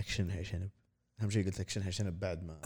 اكشنها شنب. اهم شيء قلت اكشنها شنب بعد ما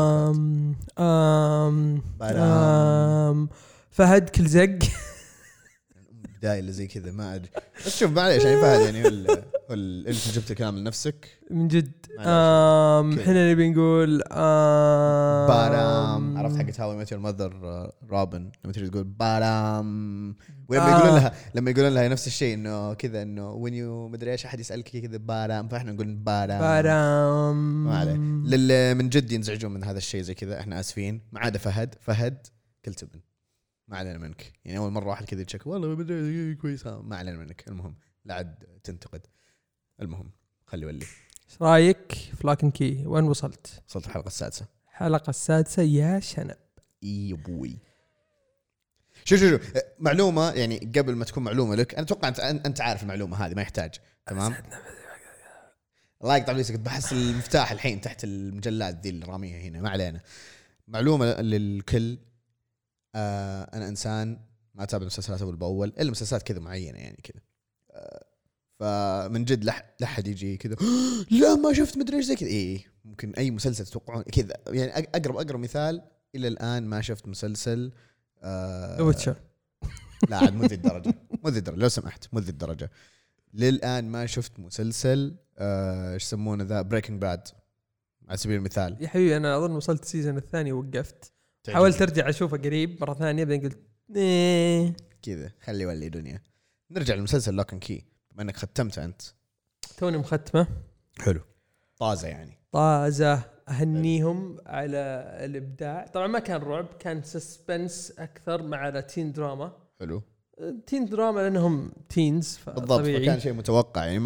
فهد كل زق بداية اللي زي كذا ما أدري. بس شوف معليش يعني فهد يعني أنت جبت الكلام لنفسك من جد. إحنا نبي نقول بارام. عرفت حقت هاوي ميت يور ماذر رابن لما تيجي تقول بارام ولما يقولون لها نفس الشيء إنه كذا إنه when you مدري إيش أحد يسألك كذا بارام فإحنا نقول بارام. ما عليه للي من جد ينزعجون من هذا الشيء زي كذا إحنا آسفين. ما عدا فهد كلت ابن ما علينا منك. يعني أول مرة واحد كذا يتشك والله بدري كويس ما علينا منك. المهم لا عاد تنتقد. المهم خلي ولي. إيش رأيك في لاكن كي؟ وين وصلت الحلقة السادسة. الحلقة السادسة يا شنب. إيه بوي. شو معلومة يعني قبل ما تكون معلومة لك أنا أتوقع أنت عارف المعلومة هذه ما يحتاج. تمام. الله يقطع لي كنت بحس المفتاح الحين تحت المجلات ذي اللي راميها هنا. ما علينا. معلومة للكل. أنا إنسان ما أتابع مسلسلات أول بأول إلا مسلسلات كذا معينة يعني كذا. فمن جد لحد يجي كذا لا ما شفت مدري إيش زي كذا. إيه ممكن أي مسلسل تتوقعون كذا يعني. أقرب مثال إلى الآن ما شفت مسلسل ويتشر. لا عاد مو ذي الدرجة لو سمحت مو ذي الدرجة. للآن ما شفت مسلسل إيش يسمونه ذا بريكنج باد على سبيل المثال. يا حبيبي أنا أظن وصلت السيزون الثاني ووقفت. حاولت أرجع أشوفه قريب مرة ثانية بعدين قلت كذا خلي ولي دنيا. نرجع للمسلسل لوكن كي بما أنك ختمت أنت. توني مختمة. حلو طازة يعني طازة. أهنيهم على الإبداع. طبعا ما كان رعب كان سسبنس أكثر مع تين دراما. حلو تين دراما لأنهم تينز بالضبط. فكان شيء متوقع يعني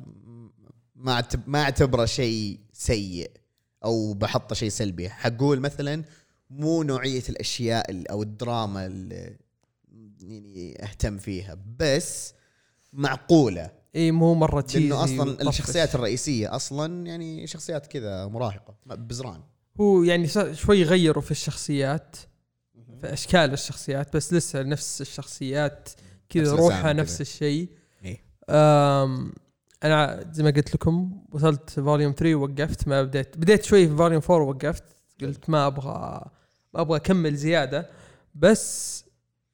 ما اعتبره شيء سيء أو بحطه شيء سلبي. حقول مثلا مو نوعية الأشياء أو الدراما اللي يعني أهتم فيها بس معقولة. إيه مو مرة تشيزي. لأنه أصلا الشخصيات الرئيسية أصلا يعني شخصيات كذا مراهقة بزران. هو يعني شوي غيروا في الشخصيات في أشكال الشخصيات بس لسه نفس الشخصيات كذا روحها نفس الشيء. إيه؟ أنا زي ما قلت لكم وصلت فوليوم 3 ووقفت. ما بديت شوي في فوليوم 4 ووقفت. قلت ما أبغى أكمل زيادة. بس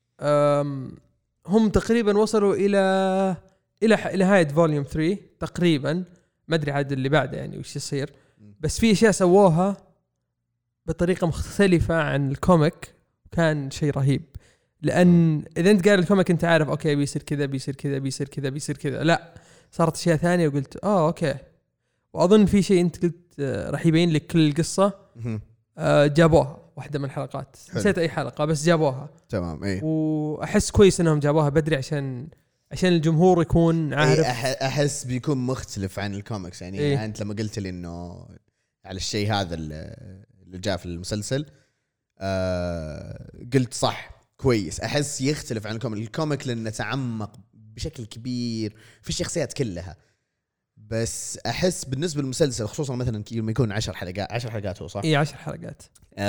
هم تقريبا وصلوا إلى نهاية فوليوم 3 تقريبا. ما أدري عاد اللي بعده يعني وش يصير. بس في أشياء سووها بطريقة مختلفة عن الكوميك كان شيء رهيب. لأن إذا أنت قارئ الكوميك أنت عارف أوكي بيصير كذا بيصير كذا بيصير كذا بيصير كذا. لا صارت أشياء ثانية وقلت أوكي. وأظن في شيء أنت قلت راح يبين لك كل القصة. جابوها واحدة من الحلقات. نسيت أي حلقة بس جابوها. تمام. إيه وأحس كويس إنهم جابوها بدري عشان الجمهور يكون عارف. أحس بيكون مختلف عن الكوميكس يعني. إيه؟ أنت لما قلت لي إنه على الشيء هذا اللي جاء في المسلسل قلت صح كويس. أحس يختلف عن الكوميك لأنه تعمق بشكل كبير في الشخصيات كلها. بس أحس بالنسبة للمسلسل خصوصا مثلا لما يكون 10 حلقات هو صح؟ إيه 10 حلقات.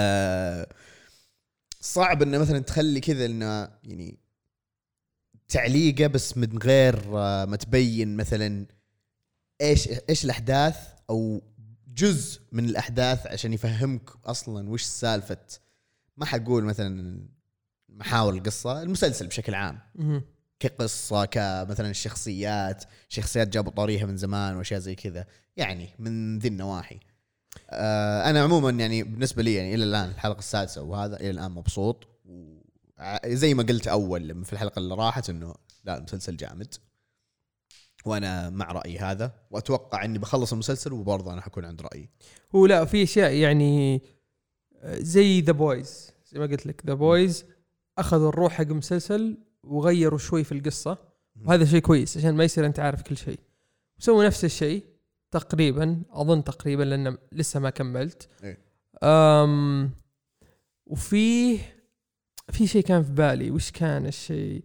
صعب إنه مثلا تخلي كذا إنه يعني تعليقه بس من غير ما تبين مثلا إيش الأحداث أو جزء من الأحداث عشان يفهمك أصلا وش سالفة. ما حقول مثلا محاور القصة المسلسل بشكل عام كقصة كمثلا شخصيات جابوا طريقها من زمان وأشياء زي كذا يعني من ذي النواحي. أنا عموما يعني بالنسبة لي يعني إلى الآن الحلقة السادسة وهذا إلى الآن مبسوط. وزي ما قلت أول في الحلقة اللي راحت إنه لا المسلسل جامد وأنا مع رأيي هذا. وأتوقع إني بخلص المسلسل وبرضه أنا حكون عند رأيي. هو لا في أشياء يعني زي The Boys زي ما قلت لك The Boys أخذوا الروح حق المسلسل وغيروا شوي في القصة. وهذا شيء كويس عشان ما يصير أنت عارف كل شيء. وسووا نفس الشيء تقريبا أظن تقريبا لأن لسه ما كملت. وفي شيء كان في بالي وش كان الشيء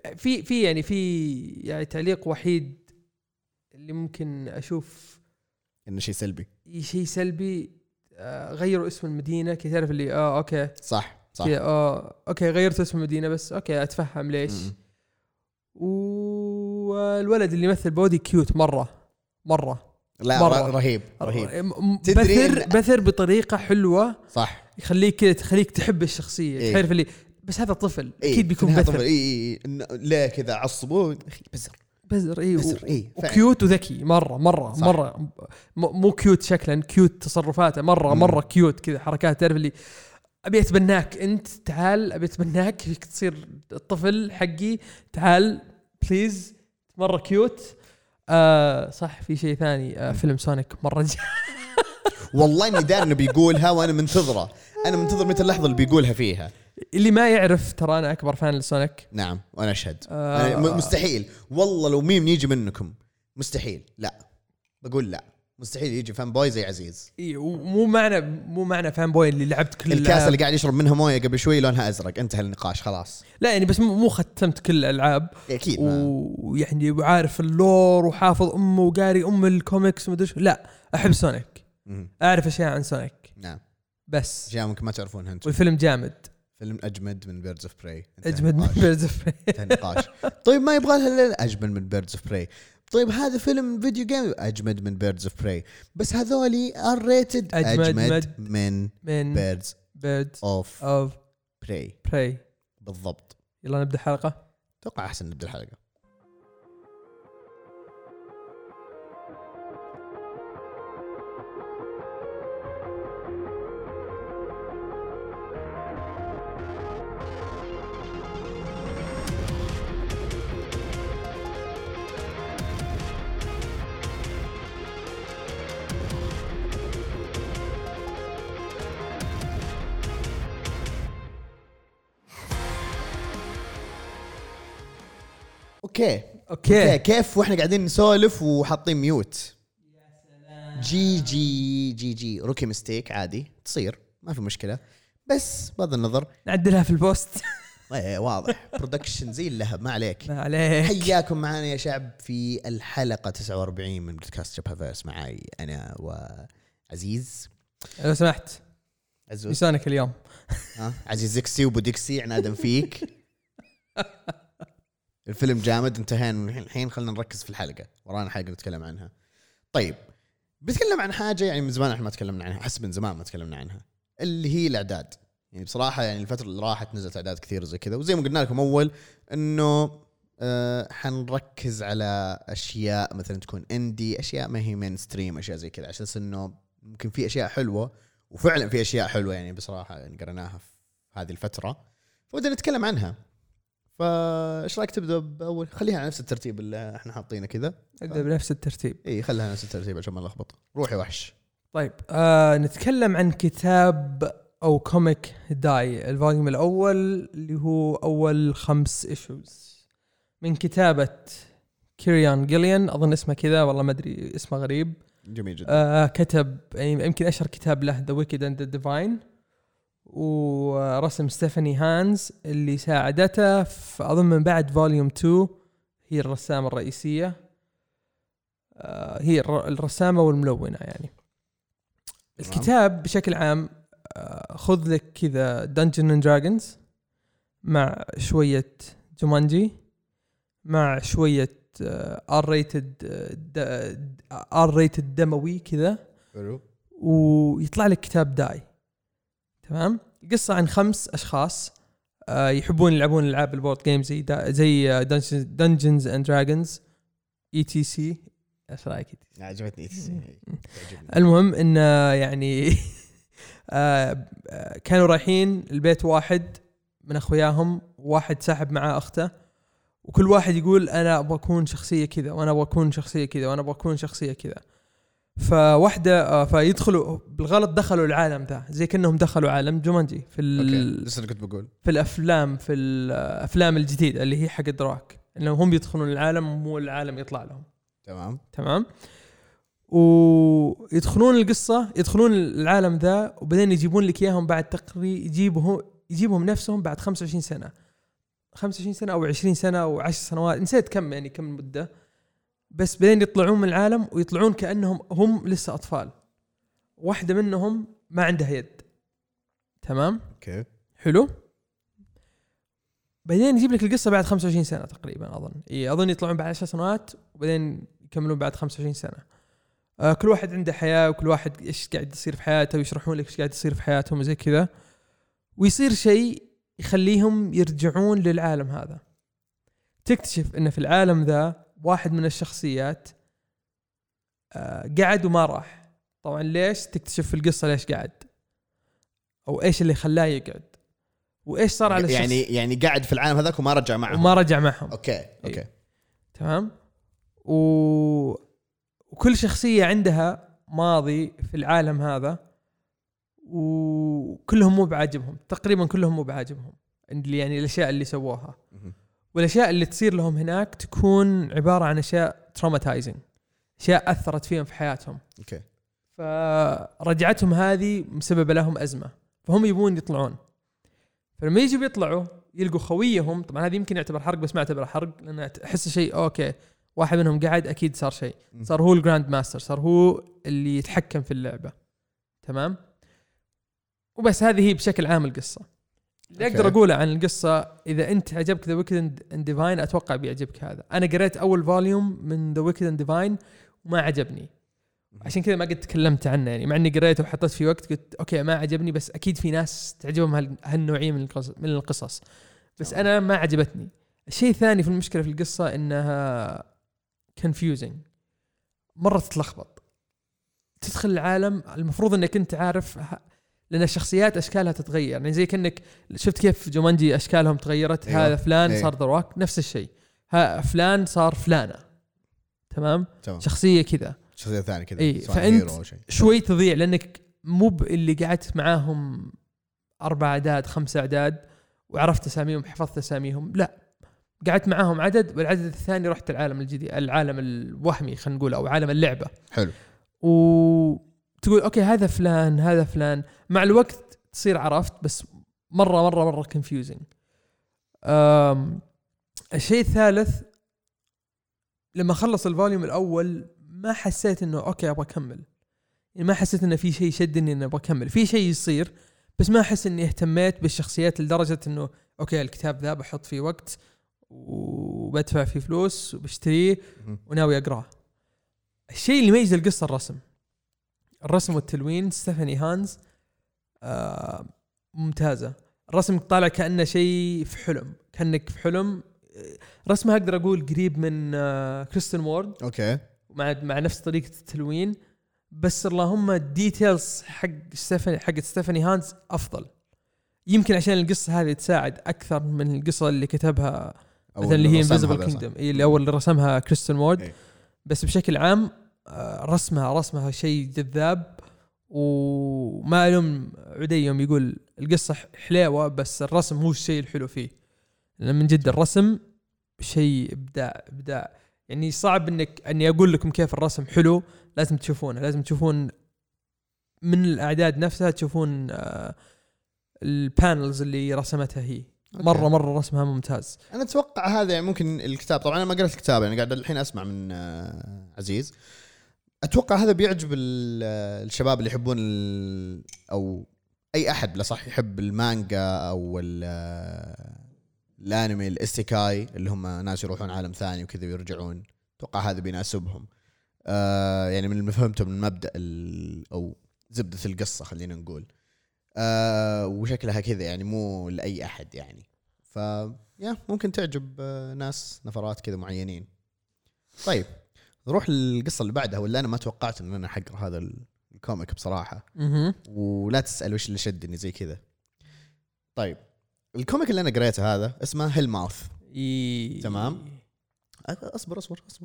في تعليق وحيد اللي ممكن أشوف إنه شيء سلبي. غيروا اسم المدينة كي تعرف اللي أوكي صح أوكي غيرت اسم المدينة بس أوكي أتفهم ليش. والولد اللي يمثل بودي كيوت مرة لا مرة. رهيب بثر بطريقه حلوه، صح، يخليك تحب الشخصيه. إيه. تعرف اللي بس هذا طفل إيه. اكيد بيكون بثر. لا كذا عصبون بزر إيه. وكيوت وذكي مره صح. مره مو كيوت شكلا، كيوت تصرفاته مره كيوت كذا، حركات تعرف اللي ابي اتبناك انت، تعال ابي اتبناك فيك تصير الطفل حقي، تعال بليز، مره كيوت. صح. في شيء ثاني، فيلم سونيك مره والله اني داري انه بيقولها وانا منتظره، انا منتظر متى اللحظه اللي بيقولها فيها. اللي ما يعرف ترى انا اكبر فان لسونيك. نعم وانا اشهد. أنا مستحيل والله لو ميم يجي منكم، مستحيل، لا بقول لا، مستحيل يجي فان بوي زي عزيز. مو معنى فان بوي اللي لعبت كل الكاسه اللي قاعد يشرب منها مويه قبل شوي لونها ازرق، انتهى النقاش خلاص. لا يعني بس مو ختمت كل الالعاب اكيد، ويعني وعارف اللور وحافظ امه وقاري الكوميكس ومدري، لا احب سونيك، اعرف اشياء عن سونيك. نعم بس اشياء ممكن ما تعرفونها انتم. والفيلم جامد، فيلم اجمد من بيردز اوف براي. اجمد من بيردز اوف براي. النقاش طيب ما يبغى لها اجمل من بيردز اوف براي. طيب هذا فيلم فيديو جيم اجمد من بيردز اوف براي، بس هذولي ار ريتد اجمد من بيردز اوف براي بالضبط. يلا نبدا الحلقه. اتوقع احسن نبدا الحلقه. اوكي كيف واحنا قاعدين نسولف وحاطين ميوت؟ جي روكي مستيك، عادي تصير، ما في مشكله، بس بغض النظر نعدلها في البوست. واضح برودكشن زي اللهب، ما عليك. حياكم معنا يا شعب في الحلقه 49 من بودكاست شبه فيرس، معي انا وعزيز. لو سمحت عزوز لسانك اليوم. عزيز زكسي وبودكسي عنادم فيك. الفيلم جامد، انتهينا الحين، خلينا نركز في الحلقة، ورانا حلقة نتكلم عنها. طيب بتكلم عن حاجة يعني من زمان احنا ما تكلمنا عنها، حسب من زمان ما تكلمنا عنها، اللي هي الأعداد. يعني بصراحة يعني الفترة اللي راحت نزلت أعداد كثير زي كذا، وزي ما قلنا لكم أول إنه حنركز على أشياء مثلا تكون اندي، أشياء ما هي مين ستريم، أشياء زي كذا، عشان إنه ممكن في أشياء حلوة، وفعلا في أشياء حلوة يعني بصراحة يعني قرناها في هذه الفترة، فبدنا نتكلم عنها. فايش رايك تبدا باول؟ خليها على نفس الترتيب اللي احنا حاطينه كذا. ابدا بنفس الترتيب. اي خليها نفس الترتيب عشان ما نلخبط. روحي وحش. طيب نتكلم عن كتاب او كوميك داي، الفوليوم الاول اللي هو اول 5 ايشوز من كتابه كيريان جيليان، اظن اسمه كذا، والله ما ادري اسمه غريب. جميل جدا. كتب يعني يمكن اشهر كتاب له ذا ويكيد اند ذا ديفاين، ورسم ستيفاني هانز اللي ساعدته في أظن من بعد فوليوم 2، هي الرسامة الرئيسية، هي الرسامة والملونة يعني. الكتاب بشكل عام خذ لك كذا دنجن اند دراجونز مع شوية جومانجي مع شوية ار ريتد دموي كذا، ويطلع لك كتاب داي. تمام. قصة عن 5 أشخاص يحبون يلعبون ألعاب البورد جيم زي دنجنز اند دراجونز ETC. ايش رايك؟ عجبتني ETC. المهم ان يعني كانوا رايحين البيت واحد من اخوياهم، واحد ساحب معاه اخته، وكل واحد يقول انا ابغى اكون شخصيه كذا، وانا ابغى اكون شخصيه كذا، وانا ابغى اكون شخصيه كذا. فواحدة فيدخلوا بالغلط، دخلوا العالم ذا زي كأنهم دخلوا عالم جومانجي في لسه كنت بقول في الافلام الجديدة اللي هي حق دراك، انهم هم يدخلون العالم مو العالم يطلع لهم. تمام. ويدخلون القصة، يدخلون العالم ذا، وبعدين يجيبون لك اياهم بعد يجيبهم نفسهم بعد 25 سنة او 20 سنة او 10 سنوات، نسيت كم يعني كم المدة، بس بعدين يطلعون من العالم ويطلعون كأنهم هم لسه أطفال. واحدة منهم ما عندها يد. تمام. اوكي حلو. بعدين يجيب لك القصة بعد 25 سنة تقريبا، أظن يطلعون بعد 10 سنوات وبعدين يكملون بعد 25 سنة. كل واحد عنده حياة، وكل واحد إيش قاعد يصير في حياته، ويشرحون لك إيش قاعد يصير في حياتهم وزي كذا. ويصير شيء يخليهم يرجعون للعالم هذا. تكتشف إن في العالم ذا واحد من الشخصيات قعد وما راح. طبعا ليش؟ تكتشف في القصة ليش قعد، أو إيش اللي خلاه يقعد، وإيش صار على الشخص. يعني قاعد في العالم هذاك وما رجع معهم. أوكي. تمام. وكل شخصية عندها ماضي في العالم هذا، وكلهم مو بعاجبهم، تقريبا كلهم مو بعاجبهم، اللي يعني الأشياء اللي سووها والأشياء اللي تصير لهم هناك تكون عبارة عن أشياء تروماتايزنج، أشياء أثرت فيهم في حياتهم. أوكي. فرجعتهم هذه مسببة لهم أزمة، فهم يبون يطلعون. فلما يجوا بيطلعوا يلقوا خويهم. طبعا هذه يمكن يعتبر حرق، بس ما يعتبر حرق لأن أحس شيء أوكي. واحد منهم قاعد أكيد صار شيء، صار هو الجراند ماستر، صار هو اللي يتحكم في اللعبة. تمام. وبس هذه هي بشكل عام القصة اللي أقدر أقوله عن القصة. إذا أنت عجبك The Wicked and Divine أتوقع بيعجبك هذا. أنا قريت أول فوليوم من The Wicked and Divine وما عجبني، عشان كذا ما قد تكلمت عنه يعني، مع أني قريته وحطيت في وقت قلت أوكي ما عجبني، بس أكيد في ناس تعجبهم هالنوعية من القصص، بس أنا ما عجبتني. الشيء الثاني في المشكلة في القصة إنها confusing مرة، تتلخبط. تدخل العالم المفروض انك انت عارف، لان الشخصيات اشكالها تتغير، يعني زي كأنك شفت كيف جومانجي اشكالهم تغيرت. أيوة. هذا فلان أيوة. صار دروك، نفس الشيء. فلان صار فلانة. تمام. شخصية كذا، شخصية ثانية كذا. أي. فانت شوي تضيع لانك مو اللي قعدت معاهم 4 أعداد 5 أعداد وعرفت اساميهم حفظت اساميهم، لا، قعدت معاهم عدد، والعدد الثاني رحت العالم الجديد، العالم الوهمي خلينا نقول، او عالم اللعبة. حلو. وتقول اوكي هذا فلان هذا فلان، مع الوقت تصير عرفت، بس مرة confusing. الشيء الثالث، لما خلص الفوليوم الاول ما حسيت انه اوكي ابغى اكمل، يعني ما حسيت انه في شيء شدني انه ابغى اكمل. في شيء يصير بس ما احس اني اهتميت بالشخصيات لدرجة انه اوكي الكتاب ذا بحط فيه وقت وبدفع فيه فلوس وبشتريه وناوي أقرأه. الشيء اللي يميز القصة الرسم والتلوين. ستيفاني هانز ممتازة. الرسم طالع كأنه شيء في حلم، كأنك في حلم. رسمها أقدر أقول قريب من كريستن وورد. أوكي. مع نفس طريقة التلوين، بس اللهم الديتيلز حق ستيفاني هانز أفضل. يمكن عشان القصة هذه تساعد أكثر من القصة اللي كتبها مثلا اللي هي Invisible Kingdom، اللي أول اللي رسمها كريستن وورد. بس بشكل عام رسمها شيء جذاب، وما ألوم عدي يوم يقول القصة حلوة بس الرسم هو الشيء الحلو فيه، لأن من جد الرسم شيء إبداع. يعني صعب أني أقول لكم كيف الرسم حلو، لازم تشوفونه، لازم تشوفون من الأعداد نفسها، تشوفون البانلز اللي رسمتها هي. مرة رسمها ممتاز. أنا أتوقع هذا يعني ممكن الكتاب، طبعا أنا ما قرأت الكتاب، يعني قاعد الحين أسمع من عزيز. أتوقع هذا بيعجب الشباب اللي يحبون أو أي أحد لصح يحب المانجا أو الانمي الاستيكاي، اللي هم ناس يروحون عالم ثاني وكذا ويرجعون. أتوقع هذا بيناسبهم. يعني من اللي فهمته من مبدأ أو زبدة القصة خلينا نقول. وشكلها كذا يعني مو لأي أحد يعني، ممكن تعجب نفرات كذا معينين. طيب نروح للقصة اللي بعدها، واللي أنا ما توقعت إن أنا حقر هذا الكوميك بصراحة. ولا تسأل وش اللي شدني زي كذا. طيب الكوميك اللي أنا قريته هذا اسمه هيل ماوث. تمام. أصبر.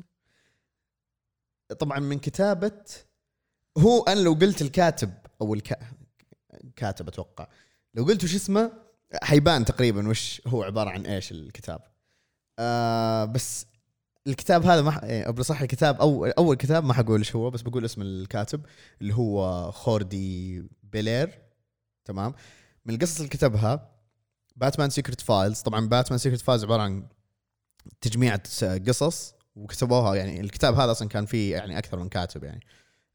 طبعا من كتابة، هو أنا لو قلت الكاتب أو كاتب أتوقع لو قلت وش اسمه حيبان تقريبا وش هو عبارة عن إيش الكتاب. بس الكتاب هذا بصح الكتاب أول كتاب ما حقول إيش هو، بس بقول اسم الكاتب اللي هو خوردي بيلير. تمام. من القصص اللي كتبها باتمان سيكريت فايلز. طبعا باتمان سيكريت فايلز عبارة عن تجميعة قصص وكتبوها، يعني الكتاب هذا أصلا كان فيه يعني أكثر من كاتب يعني.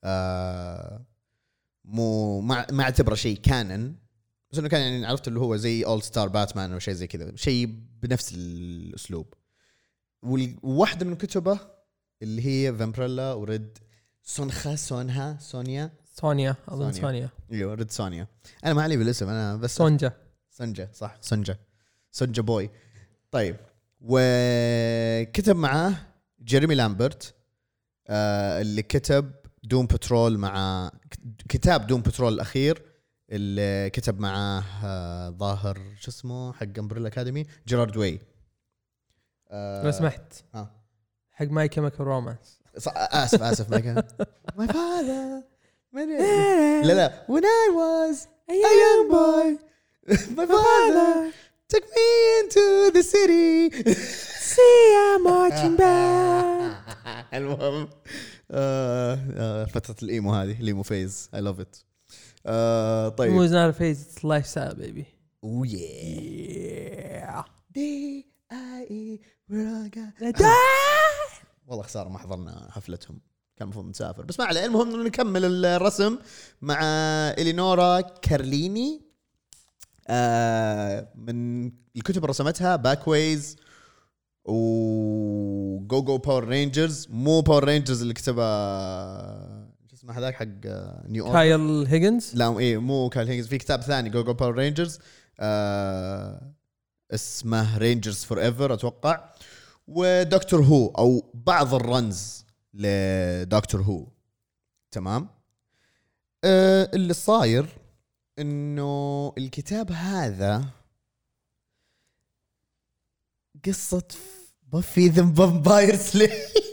مو ما اعتبره شيء كانن، بس انه كان يعني عرفت اللي هو زي اول ستار باتمان او شيء زي كذا، شيء بنفس الاسلوب. وواحده من كتبه اللي هي فامبريلا وريد سونيا سونيا اظن سونيا ايوه ريد سونيا. انا ما علي بالاسم انا بس سونجا صح سونجا بوي. طيب وكتب معاه جيريمي لامبرت اللي كتب دوم بترول مع كتاب دوم بترول الأخير اللي كتب معاه ظاهر شو اسمه حق أمبريلا أكاديمي جيرارد واي. لو سمحت حق ماي كيميكال رومانس. آسف ماي فاذر لا when I was a young boy my father took me into the city see I'm marching back. المهم فترة الإيمو هذه الإيمو فيز I love it. طيب مو not a phase it's lifestyle baby. oh yeah D.I.E. والله خسارة ما حضرنا حفلتهم كان المفروض نسافر بس ما عليه. المهم نكمل الرسم مع إلينورا كارليني من الكتب اللي رسمتها باكويز وجوجو باور رينجرز. مو باور رينجرز اللي كتبها شو اسمه هذاك حق نيو أورد كايل هيجنز. لا ايه مو كايل هيجنز في كتاب ثاني جوجو باور رينجرز اسمه رينجرز فور ايفر اتوقع. ودكتور هو او بعض الرنز لدكتور هو. تمام. اللي صاير انه الكتاب هذا قصة بافي ذا فامباير سلاير.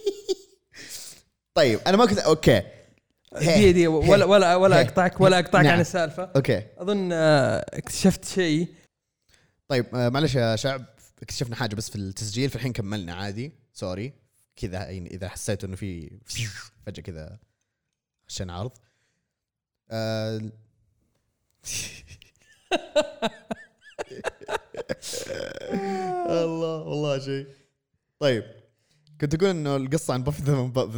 طيب انا ما كنت اوكي دي ولا اقطعك نعم. عن السالفة. اوكي اظن اكتشفت شيء. طيب معلش يا شعب اكتشفنا حاجة بس في التسجيل في الحين كملنا عادي سوري كذا يعني اذا حسيت انه في فجأة كذا عشان عرض الله والله شيء. طيب كنت أقول إنه القصة عن بافي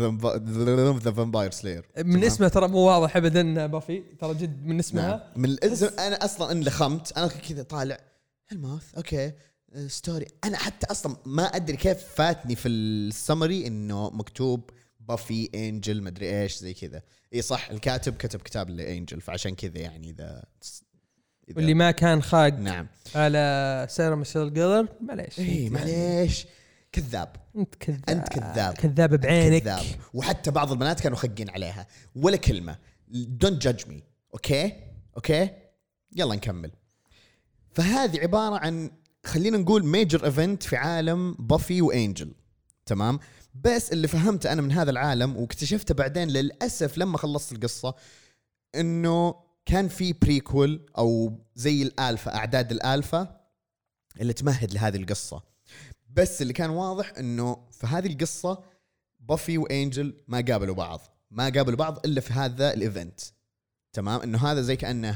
ذا فامباير سلاير من اسمه ترى مو واضح أبدا بافي ترى جد من اسمها. نعم. من الاسم أنا أصلاً إن لخمت أنا كذا طالع الماوث أوكي ستوري. أنا حتى أصلاً ما أدري كيف فاتني في السمري إنه مكتوب بافي إنجل مدري إيش زي كذا. إيه صح الكاتب كتب كتاب لإنجل فعشان كذا يعني إذا واللي ما كان خاق نعم على سيرة ميشيل جيلر معليش. إيه معليش كذاب. أنت كذاب بعينك كذاب. وحتى بعض البنات كانوا خقين عليها ولا كلمة. don't judge me أوكي يلا نكمل. فهذه عبارة عن خلينا نقول major event في عالم بافي وإنجل. تمام. بس اللي فهمته أنا من هذا العالم واكتشفته بعدين للأسف لما خلصت القصة إنه كان في بريكول أو زي الألفا أعداد الألفا اللي تمهد لهذه القصة. بس اللي كان واضح إنه في هذه القصة بافي وإنجل ما قابلوا بعض إلا في هذا الإيفنت. تمام. إنه هذا زي كأنه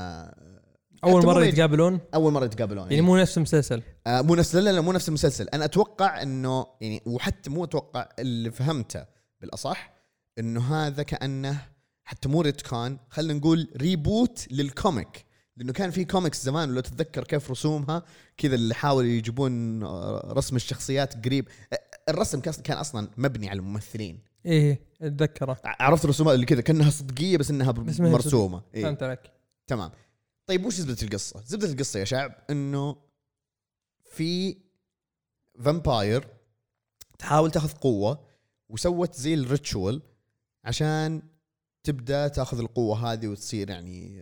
أول مرة يتقابلون يعني مو نفس المسلسل مو نفس المسلسل. أنا أتوقع إنه يعني وحتى مو أتوقع اللي فهمته بالأصح إنه هذا كأنه حتى مو ريتكان خلينا نقول ريبوت للكوميك لأنه كان في كوميكس زمان ولو تتذكر كيف رسومها كذا اللي حاولوا يجيبون رسم الشخصيات قريب. الرسم كان أصلا مبني على الممثلين. إيه أتذكره. عرفت الرسومات اللي كذا كأنها صدقية بس إنها مرسومة. إيه. فهمت عليك. تمام. طيب وش زبدة القصة يا شعب إنه في فامباير تحاول تأخذ قوة وسوت زي الريتشوال عشان تبدأ تأخذ القوة هذه وتصير يعني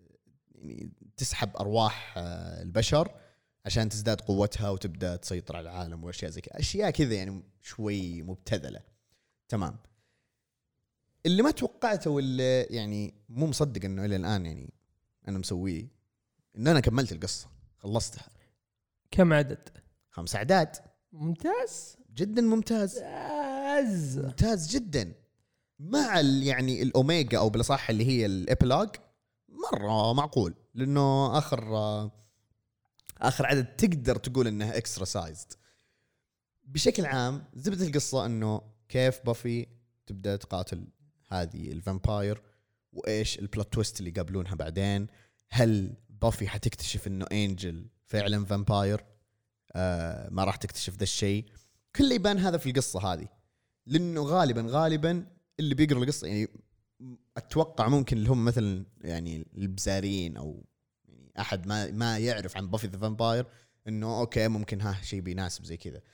تسحب أرواح البشر عشان تزداد قوتها وتبدأ تسيطر على العالم وأشياء زي كذا أشياء كذا يعني شوي مبتذلة. تمام. اللي ما توقعته واللي يعني مو مصدق إنه إلى الآن يعني أنا مسويه إن أنا كملت القصة خلصتها. كم عدد؟ 5 أعداد. ممتاز جدا ممتاز جدا مع يعني الأوميجا أو بالأصح اللي هي الإبيلوج مرة معقول لأنه آخر عدد تقدر تقول إنها إكسترا سايزد. بشكل عام زبدة القصة إنه كيف بافي تبدأ تقاتل هذه الفامباير وإيش البلوت تويست اللي يقابلونها بعدين. هل بافي حتكتشف إنه إنجل فعلا فامباير ما راح تكتشف ذا الشيء كله يبان هذا في القصة هذه لأنه غالبا اللي بيقرأ القصة يعني اتوقع ممكن اللي هم مثلا يعني البزارين او يعني احد ما يعرف عن بافي ذا فامباير انه اوكي ممكن شيء بيناسب زي كذا.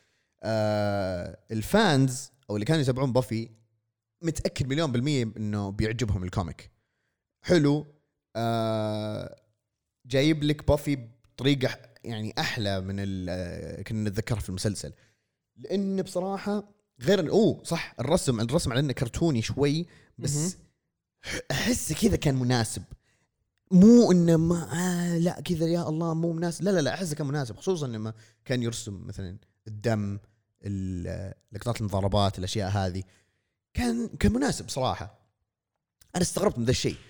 الفانز او اللي كانوا يتابعون بافي متاكد 1,000,000% انه بيعجبهم الكوميك حلو. جايب لك بافي بطريقه يعني احلى من كنا نتذكرها في المسلسل، لان بصراحه غير صح الرسم على انه كرتوني شوي بس احس كذا كان مناسب، مو انه ما لا كذا يا الله مو مناسب، لا احس كان مناسب، خصوصا لما كان يرسم مثلا الدم لقطات المضاربات الاشياء هذه كان مناسب صراحه. انا استغربت من ذا الشيء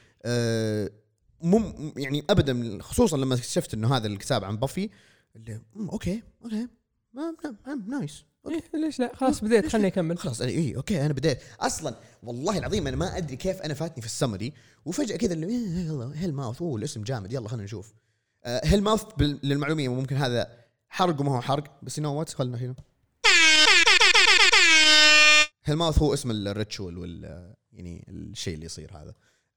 يعني ابدا، خصوصا لما اكتشفت انه هذا الكتاب عن بافي اللي اوكي نايس ليش لا خلاص بديت خلني اكمل خلاص اوكي انا بديت اصلا والله العظيم انا ما ادري كيف انا فاتني في السمري وفجاه كذا يلا هيل ماوث الاسم جامد يلا خلينا نشوف. هيل ماوث للمعلوميه ممكن هذا حرق وما هو حرق بس نو وات خلنا هنا. هيل ماوث هو اسم الريتشوال يعني الشيء اللي يصير هذا.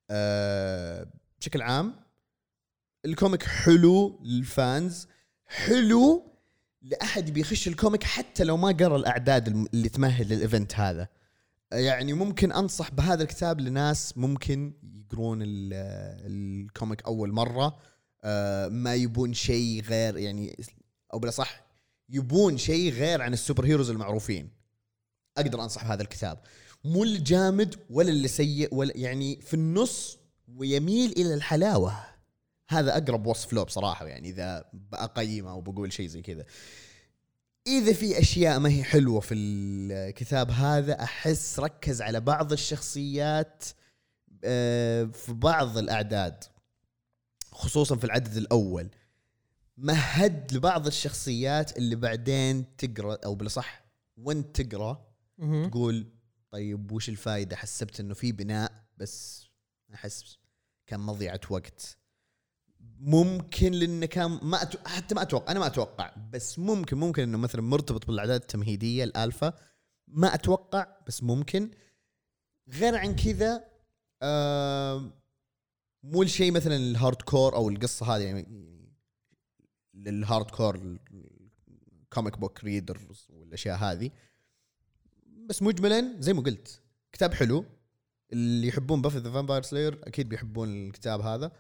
بشكل عام الكوميك حلو للفانز، حلو لأحد بيخش الكوميك حتى لو ما قرأ الأعداد اللي تمهد للإيفنت هذا. يعني ممكن أنصح بهذا الكتاب لناس ممكن يقرون الكوميك أول مرة، ما يبون شيء غير يعني، أو بلا صح يبون شيء غير عن السوبر هيروز المعروفين. أقدر أنصح بهذا الكتاب، مو الجامد ولا اللي سيء ولا يعني في النص ويميل إلى الحلاوة. هذا أقرب وصف له بصراحة، يعني إذا بأقيمه أو بقول شيء زي كذا. إذا في أشياء ما هي حلوة في الكتاب هذا أحس ركز على بعض الشخصيات في بعض الأعداد، خصوصا في العدد الأول مهد لبعض الشخصيات اللي بعدين تقرأ أو بالصح وانت تقرأ تقول طيب وش الفائدة. حسبت إنه في بناء بس أحس كان مضيعة وقت. ممكن لأنه كان حتى ما أتوقع، أنا ما أتوقع بس ممكن إنه مثلا مرتبط بالأعداد التمهيدية الألفا، ما أتوقع بس ممكن. غير عن كذا مو الشيء مثلا الهارد كور أو القصة هذه يعني للهارد كور كوميك بوك ريدرز والأشياء هذه، بس مجملا زي ما قلت كتاب حلو. اللي يحبون بافي ذا فامباير سلاير أكيد بيحبون الكتاب هذا.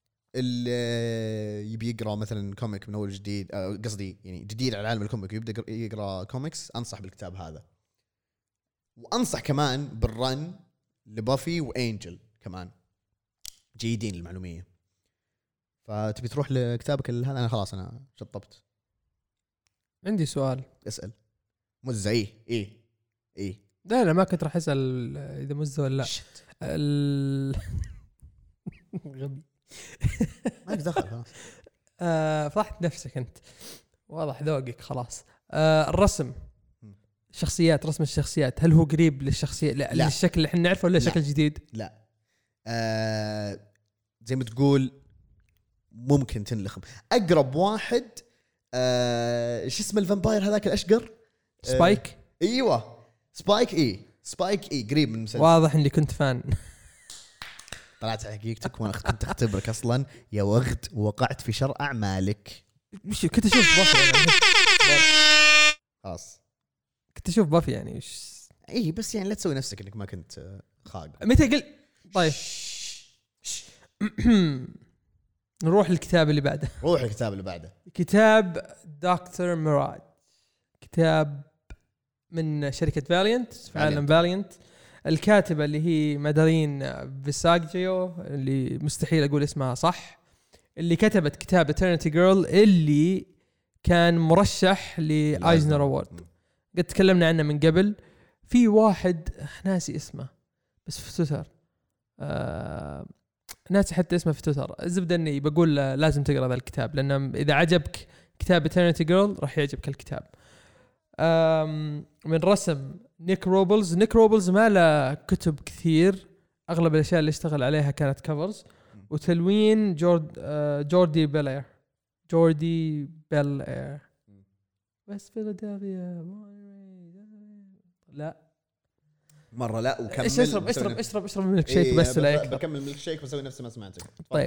اللي يبي يقرأ مثلا كوميك من أول جديد، قصدي يعني جديد على عالم الكوميك يبدأ يقرأ كوميكس، أنصح بالكتاب هذا. وأنصح كمان بالرن لبافي وأنجل كمان جيدين المعلومية. فتبي تروح لكتابك هذا؟ أنا خلاص أنا شطبت. عندي سؤال اسأل. مزة إيه لا ما كنت راح أسأل إذا مزة ولا لا. غبي ما دخل. فضحت نفسك أنت، واضح ذوقك خلاص. الرسم شخصيات، رسم الشخصيات هل هو قريب للشخصية لا. للشكل اللي احنا نعرفه ولا شكل جديد؟ لا زي ما تقول ممكن تنلخم. أقرب واحد شو اسم الفامباير هذاك الأشقر؟ سبايك. ايوه سبايك. سبايك قريب من المسلسل. واضح اني كنت فان. طلعت حقيقتك وانا كنت اختبرك اصلا يا وغد، وقعت في شر اعمالك. مش كنت اشوف بافي يعني. خلاص كنت اشوف بافي يعني اي بس يعني لا تسوي نفسك انك ما كنت خاق. متى قلت طيب نروح للكتاب اللي بعده. روح الكتاب اللي بعده. كتاب دكتور ميراج، كتاب من شركة فاليانت في عالم فاليانت. الكاتبة اللي هي مادارين فيساجيو اللي مستحيل أقول اسمها صح، اللي كتبت كتاب Eternity Girl اللي كان مرشح لآيزنر أوارد. قد تكلمنا عنه من قبل. في واحد ناسي اسمه بس في تويتر ناسي حتى اسمه في تويتر. الزبدة أني بقول لازم تقرأ هذا الكتاب، لأنه إذا عجبك كتاب Eternity Girl راح يعجبك الكتاب. من رسم نيك روبلز ما له كتب كثير، أغلب الأشياء اللي اشتغل عليها كانت كفرز. وتلوين جوردي بيل بس فيلادلفيا لا مره لا وكمل. اشرب ميلك شيك بس لا يكبر. بكمل ميلك شيك واسوي نفس ما سمعتك. طيب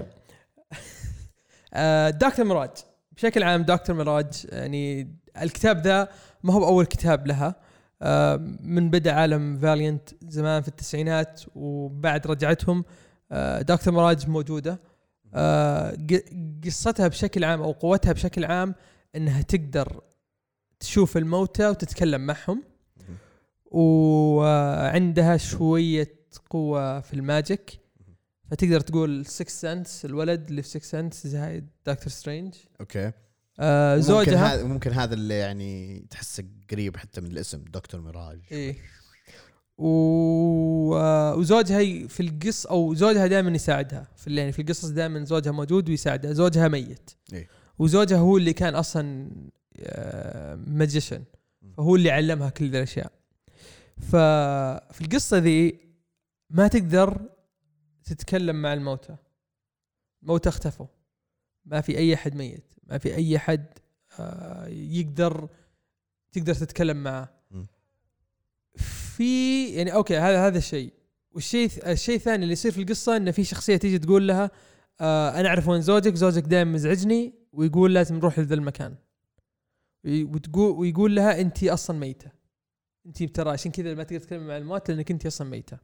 دكتور ميراج بشكل عام. دكتور ميراج يعني الكتاب ذا ما هو أول كتاب لها. من بدأ عالم فاليانت زمان في التسعينات وبعد رجعتهم دكتور ميراج موجودة. قصتها بشكل عام أو قوتها بشكل عام أنها تقدر تشوف الموتى وتتكلم معهم، وعندها شوية قوة في الماجيك، فتقدر تقول 6 سنس الولد اللي في 6 سنس زي دكتور سترينج. اوكي. زوجها ممكن هذا اللي يعني تحسه قريب حتى من الاسم دكتور ميراج. إيه. وزوجها في القصة أو زوجها دائما يساعدها يعني في القصص دائما زوجها موجود ويساعدها. زوجها ميت. إيه. وزوجها هو اللي كان أصلا ماجيشن، فهو اللي علمها كل ذي الأشياء. ففي القصة ذي ما تقدر تتكلم مع الموتى. الموتى اختفوا، ما في أي أحد ميت، ما في أي أحد تقدر تتكلم معه. في يعني أوكي هذا الشيء. والشيء الثاني اللي يصير في القصة إن في شخصية تيجي تقول لها أنا أعرف وين زوجك دائما مزعجني، ويقول لازم نروح لذا المكان، ويقول لها أنت أصلا ميتة، أنت ترى عشان كذا ما تقدر تتكلم مع الموت لأنك أنت أصلا ميتة.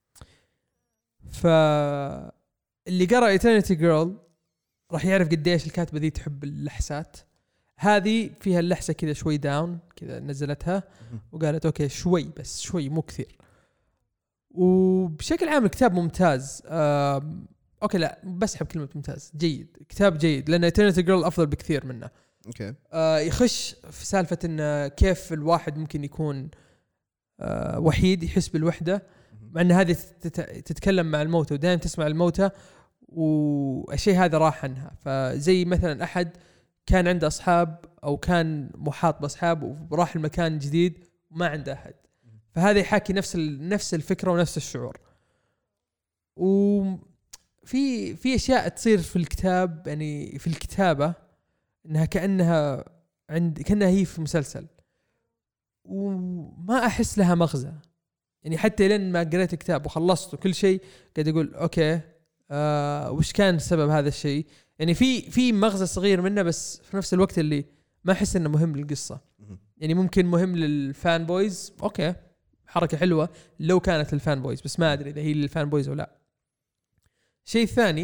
فاللي قرأ إترنتي جيرل راح يعرف قديش الكاتبة ذي تحب اللحسات. هذه فيها اللحسة كذا شوي داون كذا، نزلتها وقالت أوكي شوي بس شوي مو كثير. وبشكل عام الكتاب ممتاز. أوكي لا بسحب كلمة ممتاز، جيد، كتاب جيد، لأن إترنتي جيرل أفضل بكثير منه. أوكي. يخش في سالفة إن كيف الواحد ممكن يكون وحيد، يحس بالوحدة، مع أن هذه تتكلم مع الموتى ودائما تسمع الموتى، والشيء هذا راح عنها. فزي مثلا أحد كان عنده أصحاب أو كان محاط بأصحاب وراح المكان جديد وما عنده أحد، فهذا يحكي نفس الفكرة ونفس الشعور. وفي أشياء تصير في الكتاب يعني في الكتابة إنها كأنها هي في مسلسل، وما أحس لها مغزى. يعني حتى لين ما قريت الكتاب وخلصت وكل شيء قاعد أقول أوكي وش كان سبب هذا الشيء. يعني في مغزى صغير منه، بس في نفس الوقت اللي ما أحس إنه مهم للقصة. يعني ممكن مهم للفان بويز، أوكي حركة حلوة لو كانت للفان بويز، بس ما أدري إذا هي للفان بويز أو لا. شيء ثاني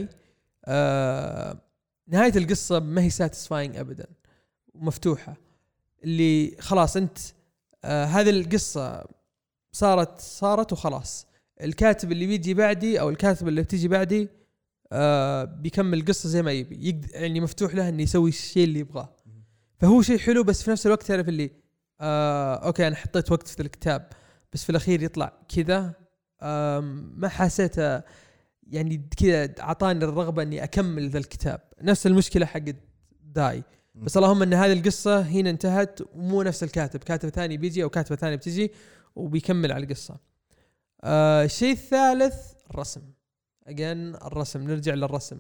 نهاية القصة ما هي ساتسفاينج أبدا ومفتوحة، اللي خلاص أنت هذه القصة صارت وخلاص. الكاتب اللي بيجي بعدي أو الكاتب اللي بتيجي بعدي بيكمل القصة زي ما يبي، يعني مفتوح له إنه يسوي الشيء اللي يبغاه. فهو شيء حلو، بس في نفس الوقت تعرف اللي أوكي أنا حطيت وقت في الكتاب بس في الأخير يطلع كذا. ما حسيته يعني كذا عطاني الرغبة إني أكمل ذا الكتاب. نفس المشكلة حق داي، بس اللهم إن هذه القصة هنا انتهت ومو نفس كاتب ثاني بيجي أو كاتبة ثانية بتجي وبيكمل على القصة. الشيء الثالث الرسم. الرسم، نرجع للرسم.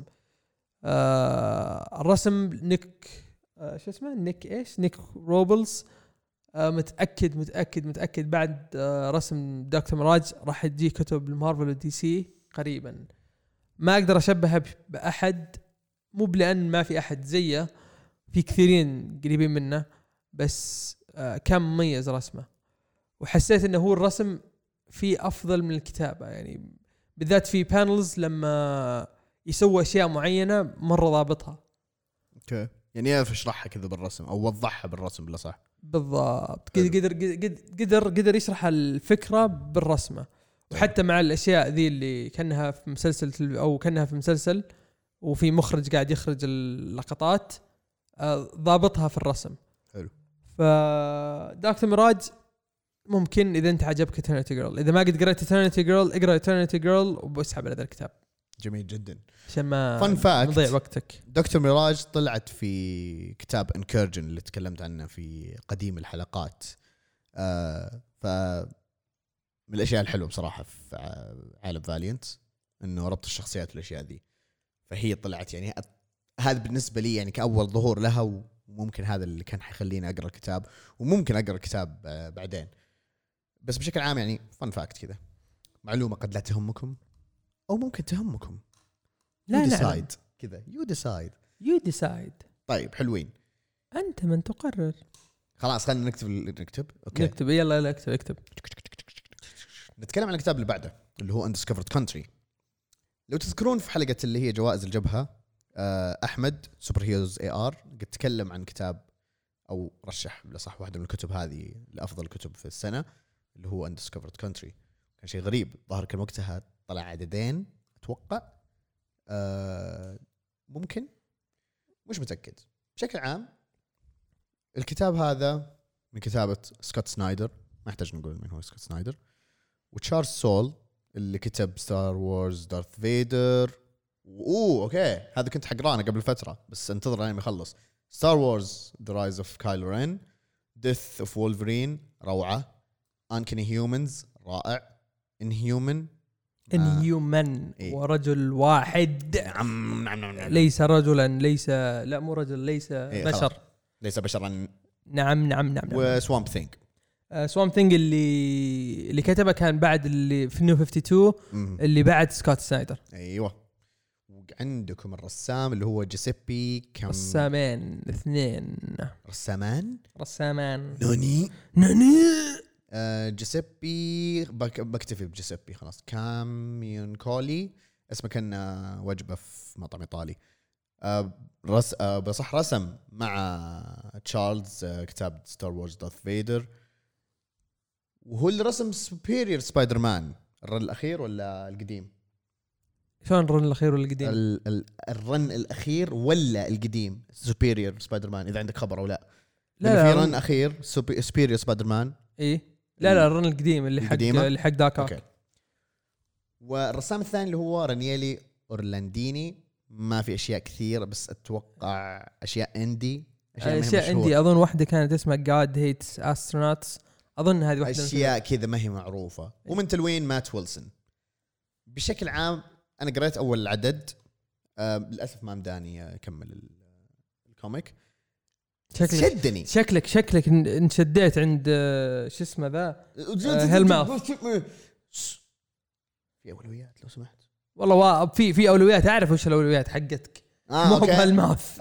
الرسم نيك شو اسمه نيك روبلز. متأكد بعد رسم دكتور ميراج راح تجي كتب المارفل ودي سي قريبا. ما أقدر أشبهها بأحد، مو لأن ما في أحد زيه، في كثيرين قريبين منه، بس كان مميز رسمه. وحسيت إنه هو الرسم فيه أفضل من الكتابة، يعني بالذات في بانلز لما يسوي أشياء معينة مرة ضابطها. أوكي. يعني يعرف يشرحها كذا بالرسم أو وضحها بالرسم بلا صح. بالضبط. قدر يشرح الفكرة بالرسمة. وحتى مع الأشياء ذي اللي كأنها في مسلسل أو كأنها في مسلسل وفي مخرج قاعد يخرج اللقطات، ضابطها في الرسم. حلو. فدكتور ميراج ممكن إذا أنت عجبك إترنتي جيرل، إذا ما قد قرأت إترنتي جيرل اقرأ إترنتي جيرل وبسحب على ذا الكتاب. جميل جدا عشان ما نضيع وقتك. دكتور ميراج طلعت في كتاب انكيرجن اللي تكلمت عنه في قديم الحلقات. ف من الاشياء الحلوه بصراحه في عالم فاليانت انه ربط الشخصيات والاشياء ذي. فهي طلعت يعني هذا بالنسبه لي يعني كاول ظهور لها، وممكن هذا اللي كان حيخليني اقرا الكتاب، وممكن اقرا الكتاب بعدين. بس بشكل عام يعني فن فاكت كذا، معلومه قد لا تهمكم او ممكن تهمكم. لا ديسايد كذا، يو ديسايد. طيب حلوين، انت من تقرر. خلاص خلينا نكتب اوكي نكتب يلا اكتب. نتكلم عن الكتاب اللي بعده اللي هو Undiscovered Country. لو تذكرون في حلقه اللي هي جوائز الجبهه، احمد سوبر هيروز AR قد تكلم عن كتاب او رشح لصح واحده من الكتب هذه لافضل كتب في السنه اللي هو Undiscovered Country. كان شيء غريب، ظهر كان وقتها طلع عددين اتوقع، ممكن مش متاكد. بشكل عام الكتاب هذا من كتابه سكوت سنايدر، ما يحتاج نقول من هو سكوت سنايدر، وتشارلز سول اللي كتب ستار وورز دارث فيدر. اوكي هذا كنت حقرانه قبل فتره بس انتظر لين يخلص. ستار وورز ذا رايز اوف كايلو رين، ديث اوف وولفرين روعه، انكني هيومنز رائع، انهيومن ورجل واحد ليس رجلا، ليس لا مو رجل، ليس بشر، ليس بشرا. نعم. وسوامب ثينج، سوامب ثينج اللي كتبه كان بعد اللي في نيو 52 اللي بعد سكوت سنايدر. ايوه. وعندكم الرسام اللي هو جيسيبي رسامان اثنين. رسامان نوني جيسيبي بكتفي بجيسيبي خلاص. كاميون كولي اسمه كان وجبة في مطعم إيطالي. بصح رسم مع تشارلز كتاب ستار وورز دارث فيدر، وهو اللي رسم سوبيريور سبايدر مان الرن الأخير ولا القديم؟ شلون الرن الأخير ولا القديم؟ الرن الأخير ولا القديم سوبيريور سبايدر مان إذا عندك خبر أو لا. لا في رن أخير سوبيريور سبايدر مان. إيه لا الرن القديم اللي حق داكا. أوكي. والرسام الثاني اللي هو رانييلي أورلانديني، ما في أشياء كثير بس أتوقع أشياء إندي. أشياء إندي أظن واحدة كانت اسمها God Hates Astronauts، أظن هذه واحدة أشياء كذا ما هي معروفة. ومن تلوين مات ويلسون. بشكل عام أنا قرأت أول عدد، للأسف ما مداني أكمل الكوميك. شدني شكلك انشديت عند شو اسمه ذا هالماث. في أولويات لو سمحت. والله في أولويات، أعرف وش الأولويات حقتك. مو بهالماث.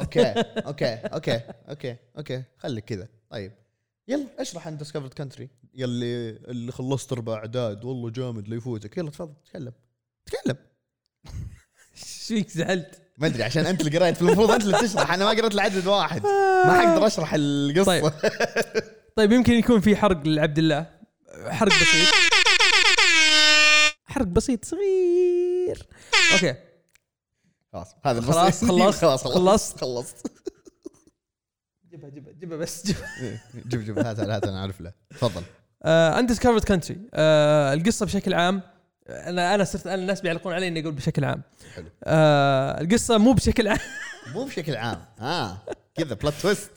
أوكي خليك كذا. طيب يلا اشرح عن Undiscovered Country يلي اللي خلصت 4 أعداد والله جامد لا يفوتك. يلا تفضل تكلم. شيك زعلت ما ادري عشان انت اللي قرأت، المفروض انت اللي تشرح، انا ما قرأت العدد واحد ما حقدر اشرح القصه. طيب يمكن يكون في حرق لعبد الله، حرق بسيط صغير. اوكي خلاص هذا خلصت. جيبها بس جيب هات انا اعرف له. تفضل. Undiscovered Country. القصه بشكل عام انا صرت الناس بيعلقون علي اني اقول بشكل عام. حلو. القصه مو بشكل عام كذا بلوت تويست.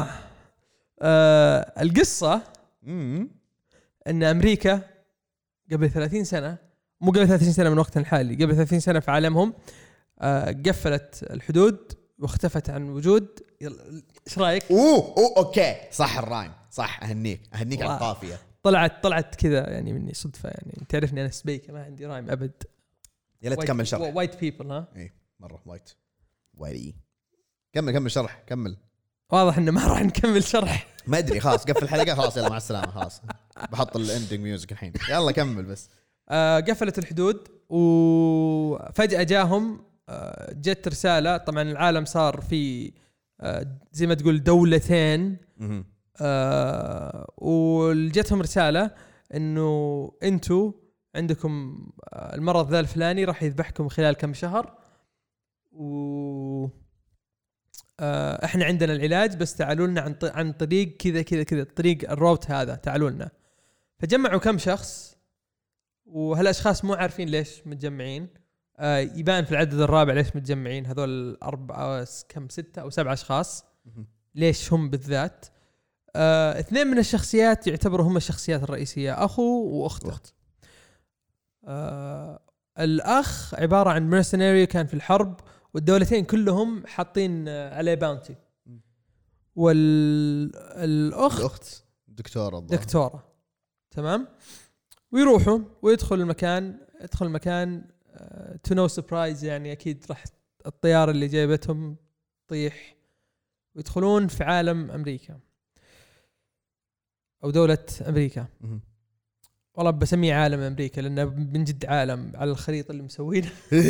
القصه ان امريكا قبل 30 سنه، مو قبل 30 سنه من وقتنا الحالي، قبل 30 سنه في عالمهم قفلت الحدود واختفت عن وجود. ايش رايك؟ اوكي صح الرايم صح. اهنيك على القافيه. طلعت كذا يعني مني صدفه، يعني انت تعرفني انا سبيكه ما عندي رايم ابد. يلا تكمل شرح. وايت بيبل اي مره وايت. كمل شرح كمل. واضح انه ما راح نكمل شرح. ما ادري خلاص قفل الحلقه خلاص يلا مع السلامه خلاص. بحط الاندنج ميوزك الحين يلا كمل بس. قفلت الحدود وفجأة جاهم جت رسالة. طبعا العالم صار في زي ما تقول دولتين، وجتهم رسالة انه انتو عندكم المرض ذا الفلاني راح يذبحكم خلال كم شهر، و احنا عندنا العلاج بس تعالوا لنا عن طريق كذا طريق الروت هذا، تعالوا لنا. فجمعوا كم شخص، وهالاشخاص مو عارفين ليش متجمعين. يبان في العدد الرابع ليش متجمعين هذول 6 أو 7 أشخاص. ليش هم بالذات؟ 2 من الشخصيات يعتبروا هم الشخصيات الرئيسية، أخو وأخته. الأخ عبارة عن مرسناري كان في الحرب، والدولتين كلهم حاطين عليه باونتي. والأخت دكتورة. تمام. ويروحوا ويدخل المكان تو نو سربرايز، يعني اكيد راح الطياره اللي جايبتهم تطيح، ويدخلون في عالم امريكا او دوله امريكا. والله بسميه عالم امريكا لانه من جد عالم على الخريطه اللي مسوينها.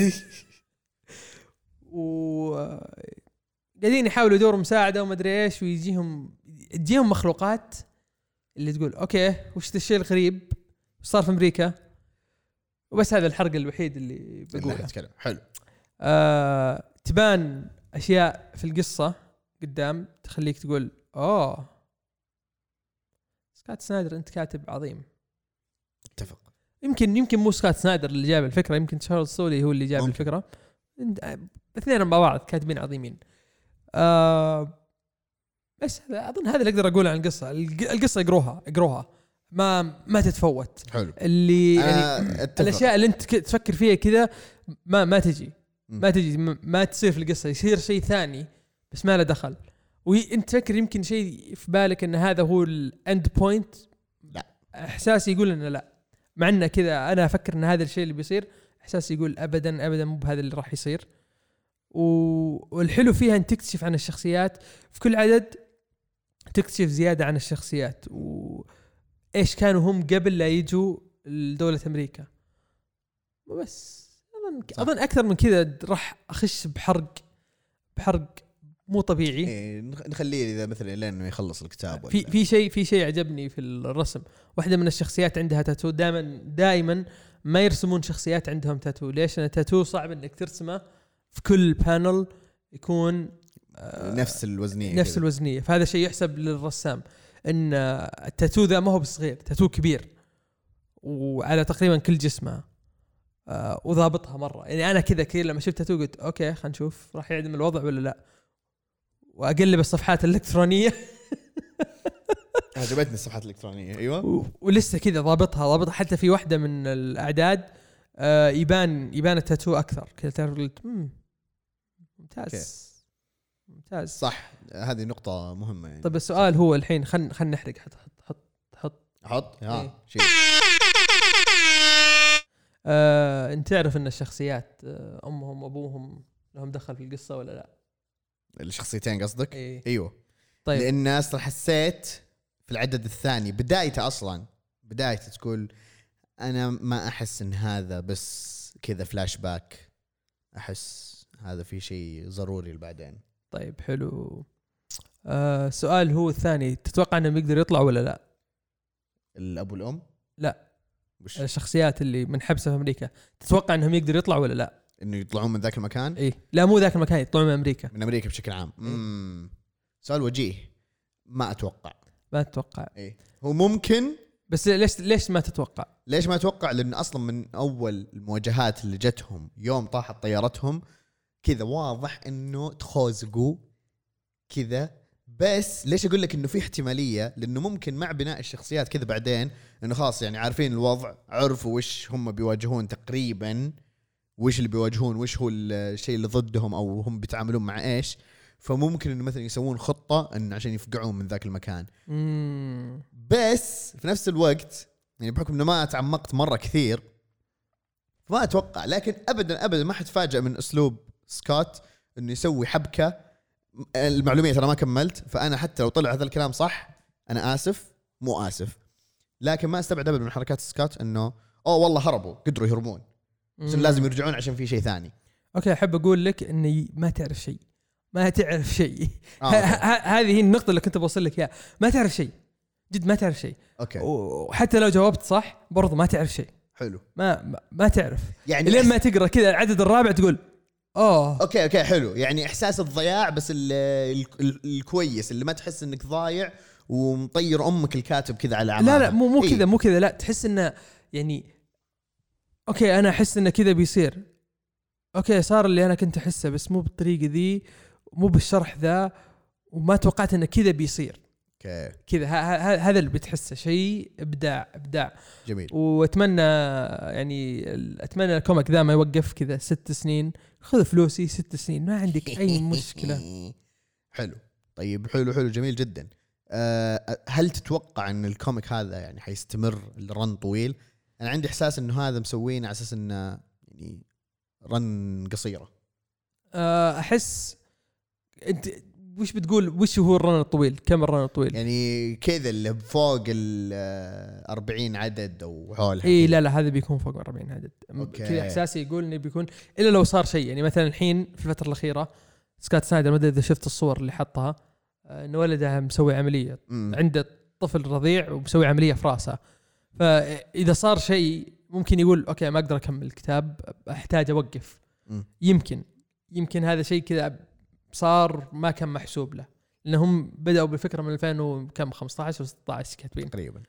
قاعدين يحاولوا يدوروا مساعده وما ادري ايش، ويجيهم مخلوقات اللي تقول اوكي وش الشيء الغريب صار في امريكا. وبس هذا الحرق الوحيد اللي بقوله. حلو. تبان اشياء في القصه قدام تخليك تقول سكوت سنايدر انت كاتب عظيم. اتفق. يمكن مو سكوت سنايدر اللي جاب الفكره، يمكن تشارلز سولي هو اللي جاب الفكره. الاثنين مع بعض كاتبين عظيمين. بس اظن هذا اللي اقدر اقوله عن القصه اقروها ما تتفوت. حلو. اللي يعني الاشياء اللي انت تفكر فيها كذا ما تجي ما تصير في القصه، يصير شيء ثاني بس ما له دخل، وانت تفكر يمكن شيء في بالك ان هذا هو الاند بوينت. لا، احساسي يقول انه لا، مع انه كذا انا افكر ان هذا الشيء اللي بيصير، احساسي يقول ابدا مو بهذا اللي راح يصير. والحلو فيها ان تكتشف عن الشخصيات في كل عدد، تكتشف زياده عن الشخصيات وايش كانوا هم قبل لا يجوا لدولة امريكا. وبس اظن اكثر من كذا راح اخش بحرق مو طبيعي. نخليه اذا مثلا لانه يخلص الكتاب. في شيء عجبني في الرسم. واحده من الشخصيات عندها تاتو. دائما ما يرسمون شخصيات عندهم تاتو. ليش؟ لأن التاتو صعب انك ترسمه في كل بانل يكون نفس الوزنيه فهذا شيء يحسب للرسام ان التاتو ذا ما هو بصغير، تاتو كبير وعلى تقريبا كل جسمه وضابطها مره. يعني انا كذا لما شفت تاتو قلت اوكي خلينا نشوف راح يعدم الوضع ولا لا، واقلب الصفحات الالكترونيه. عجبتني الصفحات الالكترونيه. ايوه. ولسه كذا ضابطها حتى في واحده من الاعداد يبان التاتو اكثر كذا. تعرف قلت ممتاز صح. هذه نقطة مهمة يعني. طيب السؤال هو الحين خلنا نحرق. حط شيء. انت تعرف ان الشخصيات امهم وابوهم لهم دخل في القصة ولا لا؟ الشخصيتين قصدك؟ ايوه. طيب. لان اصلا حسيت في العدد الثاني بدايته تقول انا ما احس ان هذا بس كذا فلاش باك، احس هذا في شيء ضروري بعدين. طيب حلو. سؤال هو الثاني، تتوقع انهم يقدر يطلع ولا لا؟ الاب والام؟ لا، الشخصيات اللي منحبسه في امريكا تتوقع انهم يقدر يطلعوا ولا لا؟ انه يطلعون من ذاك المكان؟ ايه لا مو ذاك المكان، يطلعون من امريكا بشكل عام. سؤال وجيه. ما اتوقع. ايه هو ممكن، بس ليش ما تتوقع؟ لان اصلا من اول المواجهات اللي جتهم يوم طاحت طيارتهم كذا واضح انه تخوزقوا كذا. بس ليش اقول لك انه في احتماليه؟ لانه ممكن مع بناء الشخصيات كذا بعدين انه خلاص يعني عارفين الوضع، عرفوا وش هم بيواجهون تقريبا، وش اللي بيواجهون، وش هو الشيء اللي ضدهم او هم بيتعاملون مع ايش. فممكن انه مثلا يسوون خطه انه عشان يفقعون من ذاك المكان. بس في نفس الوقت يعني بحكم انه ما تعمقت مره كثير فما اتوقع. لكن ابدا ما حتفاجئ من اسلوب سكوت انه يسوي حبكه. المعلوميه ترى ما كملت، فانا حتى لو طلع هذا الكلام صح انا مو اسف، لكن ما استبعد ابدا من حركات سكوت انه والله هربوا، قدروا يهربون بس لازم يرجعون عشان في شيء ثاني. اوكي، احب اقول لك اني ما تعرف شيء. هذه هي النقطه اللي كنت بوصل لك اياها. ما تعرف شيء، جد ما تعرف شيء. اوكي. وحتى لو جاوبت صح برضو ما تعرف شيء. حلو. ما تعرف يعني لما تقرا كذا العدد الرابع تقول اوكي حلو. يعني احساس الضياع بس الكويس اللي ما تحس انك ضايع ومطير امك الكاتب كذا على عمامه. لا مو كذا لا تحس انه يعني اوكي انا احس انه كذا بيصير. اوكي صار اللي انا كنت احسه بس مو بالطريقه ذي، مو بالشرح ذا، وما توقعت انه كذا بيصير. اوكي كذا هذا اللي بتحسه شيء ابداع جميل. واتمنى اتمنى الكوميك ذا ما يوقف كذا 6 سنين. خذ فلوسي 6 سنين ما عندك اي مشكله. حلو. طيب حلو جميل جدا. هل تتوقع ان الكوميك هذا يعني حيستمر الرن طويل؟ انا عندي احساس انه هذا مسوين على اساس انه يعني رن قصيره. احس انت وش بتقول؟ وش هو الرن الطويل؟ كم الرن الطويل؟ يعني كذا اللي فوق 40 عدد او حولها. اي لا هذا بيكون فوق 40 عدد. كذا احساسي يقول انه بيكون الا لو صار شيء. يعني مثلا الحين في الفتره الاخيره سكوت سنايدر، ما ادري اذا شفت الصور اللي حطها، انه ولده مسوي عمليه، عنده طفل رضيع ومسوي عمليه في راسه. فاذا صار شيء ممكن يقول اوكي ما اقدر اكمل الكتاب، احتاج اوقف. يمكن هذا شيء كذا صار ما كان محسوب له، لانهم بداوا بالفكره من 2015 و16 كاتبين تقريبا.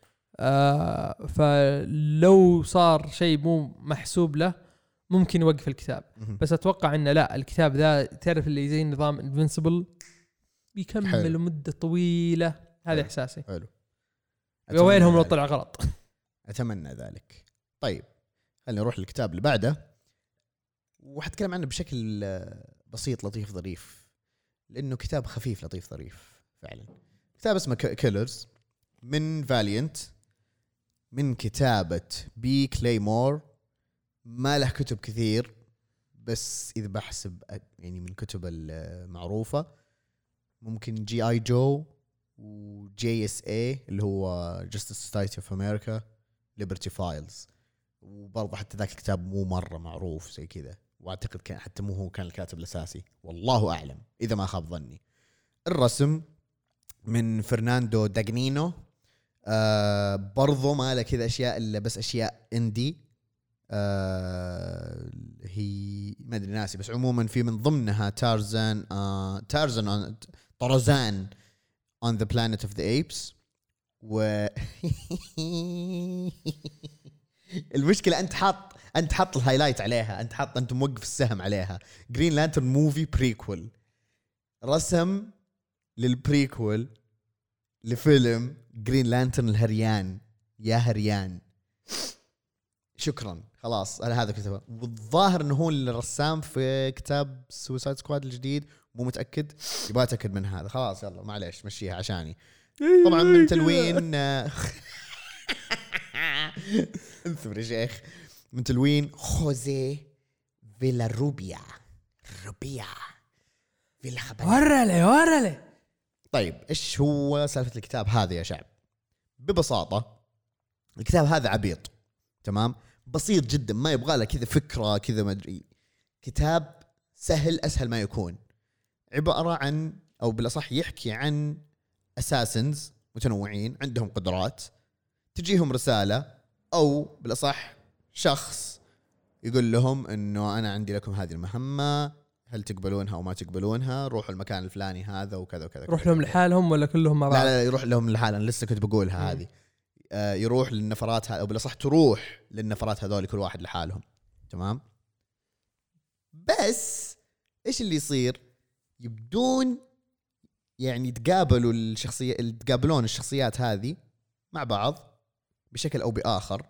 فلو صار شيء مو محسوب له ممكن يوقف الكتاب. بس اتوقع انه لا، الكتاب ذا تعرف اللي زي نظام انفنسبل بيكمل مده طويله. هذا احساسي. حلو. وينهم لو طلع غلط؟ اتمنى ذلك. طيب خلينا نروح للكتاب اللي بعده، وحتكلم عنه بشكل بسيط لطيف ظريف، لانه كتاب خفيف لطيف ظريف فعلا. كتاب اسمه كيلرز من فاليانت، من كتابة بي كليمور. ما له كتب كثير، بس إذا بحسب يعني من كتب المعروفة ممكن جي آي جو وجي اس اي اللي هو Justice Society of America، Liberty Files. وبرضه حتى ذاك الكتاب مو مرة معروف زي كذا، واعتقد كان حتى مو هو كان الكاتب الأساسي، والله أعلم إذا ما خاب ظني. الرسم من فرناندو داغنينو. برضو ما له كذا أشياء إلا بس أشياء إندي. هي ما أدري ناسي، بس عموما في من ضمنها طرزان on the Planet of the Apes. و المشكلة أنت حط الهايلايت عليها، أنت موقف السهم عليها. جرين لانترن موفي بريكول، رسم للبريكول لفيلم جرين لانترن الهريان. يا هريان شكرا، خلاص أنا هذا كتبه. والظاهر أنه هو الرسام في كتاب سويسايد سكواد الجديد، مو متأكد، يبغى أتأكد من هذا. خلاص يلا معليش مشيها عشاني. طبعا من تلوين انثبر يا شيخ. من تلوين خوزي فيلاروبيا فيلا خبر. ورلي. طيب ايش هو سالفة الكتاب هذا يا شعب؟ ببساطة الكتاب هذا عبيط، تمام، بسيط جدا، ما يبغى له كذا فكرة كذا ما ادري. كتاب سهل، اسهل ما يكون. عبارة عن، او بالاصح يحكي عن اساسنز متنوعين عندهم قدرات، تجيهم رسالة او بالاصح شخص يقول لهم انه انا عندي لكم هذه المهمة، هل تقبلونها او ما تقبلونها؟ روحوا المكان الفلاني هذا وكذا وكذا. روح لهم لحالهم ولا كلهم مع بعض؟ لا يروح لهم لحالهم، لسه كنت بقولها هذه. يروح للنفرات او بالاصح تروح للنفرات هذول كل واحد لحالهم، تمام. بس ايش اللي يصير؟ يبدون يعني تقابلون الشخصيات هذه مع بعض بشكل او باخر.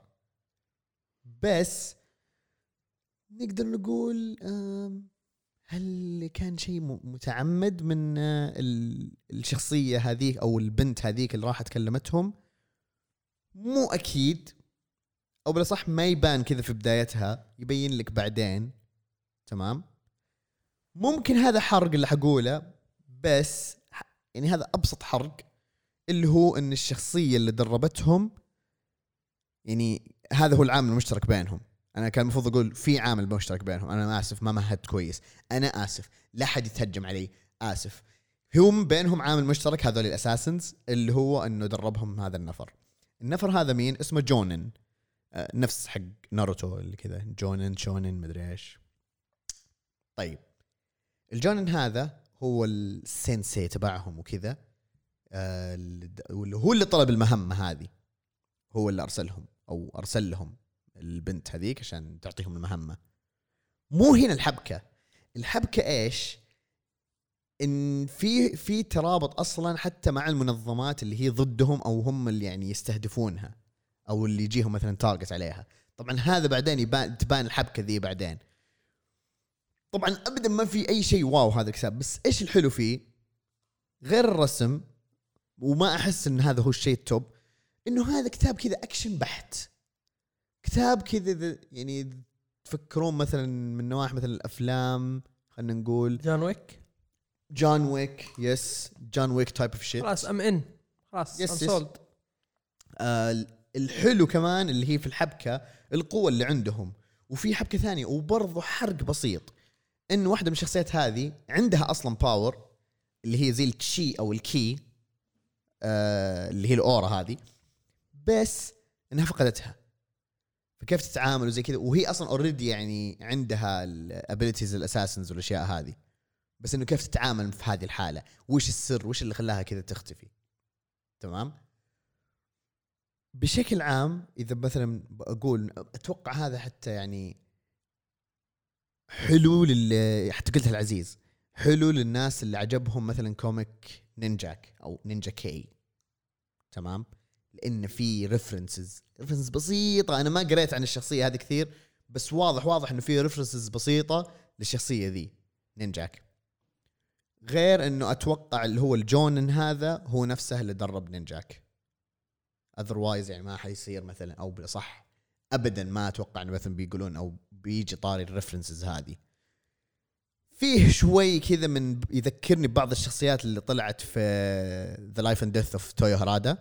بس نقدر نقول هل كان شيء متعمد من الشخصية هذيك او البنت هذيك اللي راحت كلمتهم؟ مو اكيد، او بالصح ما يبان كذا في بدايتها، يبين لك بعدين، تمام. ممكن هذا حرق اللي حقوله، بس يعني هذا ابسط حرق، اللي هو ان الشخصية اللي دربتهم، يعني هذا هو العامل المشترك بينهم. انا كان المفروض اقول في عامل مشترك بينهم، انا اسف ما مهدت كويس، انا اسف، لا حد يتهجم علي، اسف. هم بينهم عامل مشترك، هذول الاساسنز، اللي هو انه دربهم هذا النفر هذا مين؟ اسمه جونن، نفس حق ناروتو اللي كذا، جونن شونن مدري ايش. طيب الجونن هذا هو السينسي تبعهم وكذا، هو اللي طلب المهمة هذه، هو اللي أرسلهم أو أرسل لهم البنت هذيك عشان تعطيهم المهمة. مو هنا الحبكة إيش؟ إن في ترابط أصلا حتى مع المنظمات اللي هي ضدهم، أو هم اللي يعني يستهدفونها، أو اللي يجيهم مثلا تارجت عليها. طبعا هذا بعدين تبان الحبكة ذي بعدين. طبعا أبدا ما في أي شيء واو هذا الكتاب، بس إيش الحلو فيه؟ غير الرسم وما احس ان هذا هو الشيء التوب، انه هذا كتاب كذا اكشن بحت، كتاب كذا يعني تفكرون مثلا من نواحي مثلا الافلام، خلينا نقول جون ويك يس جون ويك تايب اوف شيت. خلاص ام خلاص ام سولد. الحلو كمان اللي هي في الحبكه القوه اللي عندهم، وفي حبكه ثانيه وبرضه حرق بسيط، انه واحده من الشخصيات هذه عندها اصلا باور اللي هي زي التشي او الكي، اللي هي الاورا هذه، بس انها فقدتها، فكيف تتعامل وزي كذا، وهي اصلا اوريدي يعني عندها الابيليتيز الاساسنز والاشياء هذه، بس انه كيف تتعامل في هذه الحاله، وش السر، وش اللي خلاها كذا تختفي. تمام. بشكل عام اذا مثلا اقول اتوقع هذا حتى يعني حلو حتى قلتها العزيز، حلو للناس اللي عجبهم مثلا كوميك نينجاك او نينجا كي. تمام. لان في ريفرنسز بسيطه، انا ما قريت عن الشخصيه هذه كثير، بس واضح انه في ريفرنسز بسيطه للشخصيه ذي نينجاك، غير انه اتوقع اللي هو الجونن هذا هو نفسه اللي درب نينجاك، اذروايز يعني ما حيصير مثلا، او صح ابدا ما اتوقع انه مثلا بيقولون او بيجي طاري الريفرنسز هذه. فيه شوي كذا من يذكرني ببعض الشخصيات اللي طلعت في The Life and Death of Toyo Harada.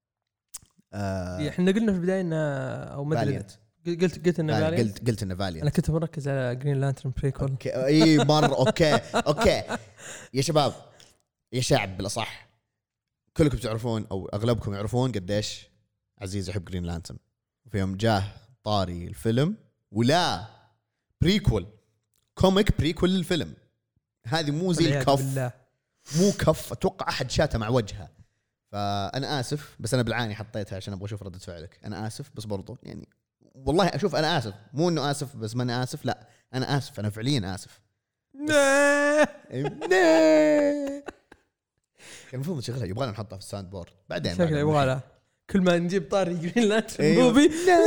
احنا قلنا في البداية انه او ما ادري قلت انه فاليانت. قلت انه فاليانت. انا كنت مركز على جرين لانترن بريكول. اي مره اوكي يا شباب يا شعب بالاصح، كلكم تعرفون او اغلبكم يعرفون قديش عزيز يحب جرين لانترن، في يوم جاه طاري الفيلم ولا بريكول، كوميك بريكول للفيلم، هذه مو زي الكف، مو كف، اتوقع احد شاته مع وجهه، فانا اسف بس انا بالعاني حطيتها عشان ابغى اشوف ردة فعلك. انا اسف بس برضو يعني والله اشوف انا اسف، مو انه اسف بس ما انا اسف، لا انا اسف، انا فعليا اسف. كان المفروض نشغلها، يبغى نحطها في الساوند بورد بعدين، شكله يبغى له كل ما نجيب طاري جرين لانترن موفي.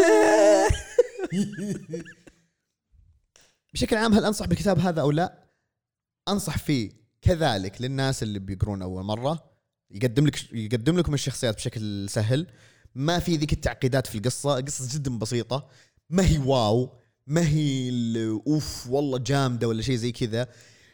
بشكل عام هل انصح بالكتاب هذا او لا؟ انصح فيه كذلك للناس اللي بيقرون اول مره، يقدم لكم الشخصيات بشكل سهل، ما في ذيك التعقيدات في القصه جدا بسيطه، ما هي واو، ما هي اوف والله جامده ولا شيء زي كذا،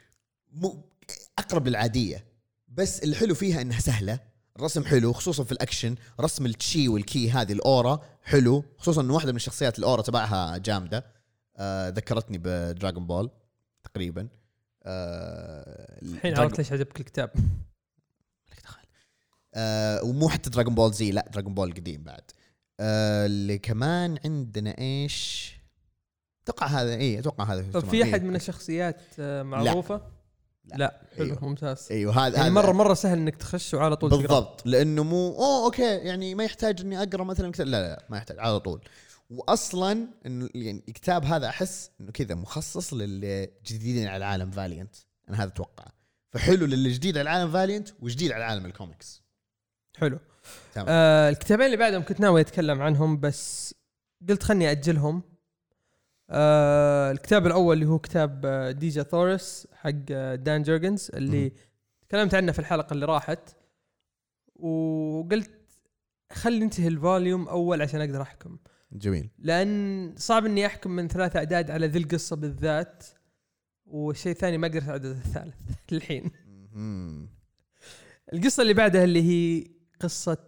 اقرب للعاديه، بس الحلو فيها انها سهله، الرسم حلو خصوصا في الاكشن، رسم التشي والكي هذه الاورا حلو، خصوصا انه واحده من الشخصيات الاورا تبعها جامده، ذكرتني بدراغون بول تقريبا. الحين عرفت ليش عجبك الكتاب. ومو حتى دراغون بول زي، لا دراغون بول قديم بعد. اللي كمان عندنا ايش اتوقع هذا اتوقع هذا. طب في احد من الشخصيات معروفه؟ لا. حلو. أيوه. ممتاز. ايوه هذا يعني مره سهل انك تخش وعلى طول تقرا بالضبط، لانه مو اوكي يعني ما يحتاج اني اقرا مثلا لا ما يحتاج، على طول. واصلا انه يعني الكتاب هذا احس انه كذا مخصص للجديدين على عالم فاليانت، انا هذا اتوقع، فحلو للي جديد على عالم فاليانت وجديد على عالم الكوميكس. حلو. الكتابين اللي بعدهم كنت ناوي اتكلم عنهم بس قلت خلني اجلهم. الكتاب الاول اللي هو كتاب ديجا ثورس حق دان جورجنز اللي تكلمت عنه في الحلقه اللي راحت، وقلت خلي ننتهي الفوليوم اول عشان اقدر احكم. جميل. لان صعب اني احكم من 3 اعداد على ذي القصه بالذات، والشيء الثاني ما اقدر اعدد الثالث الحين. القصه اللي بعدها اللي هي قصه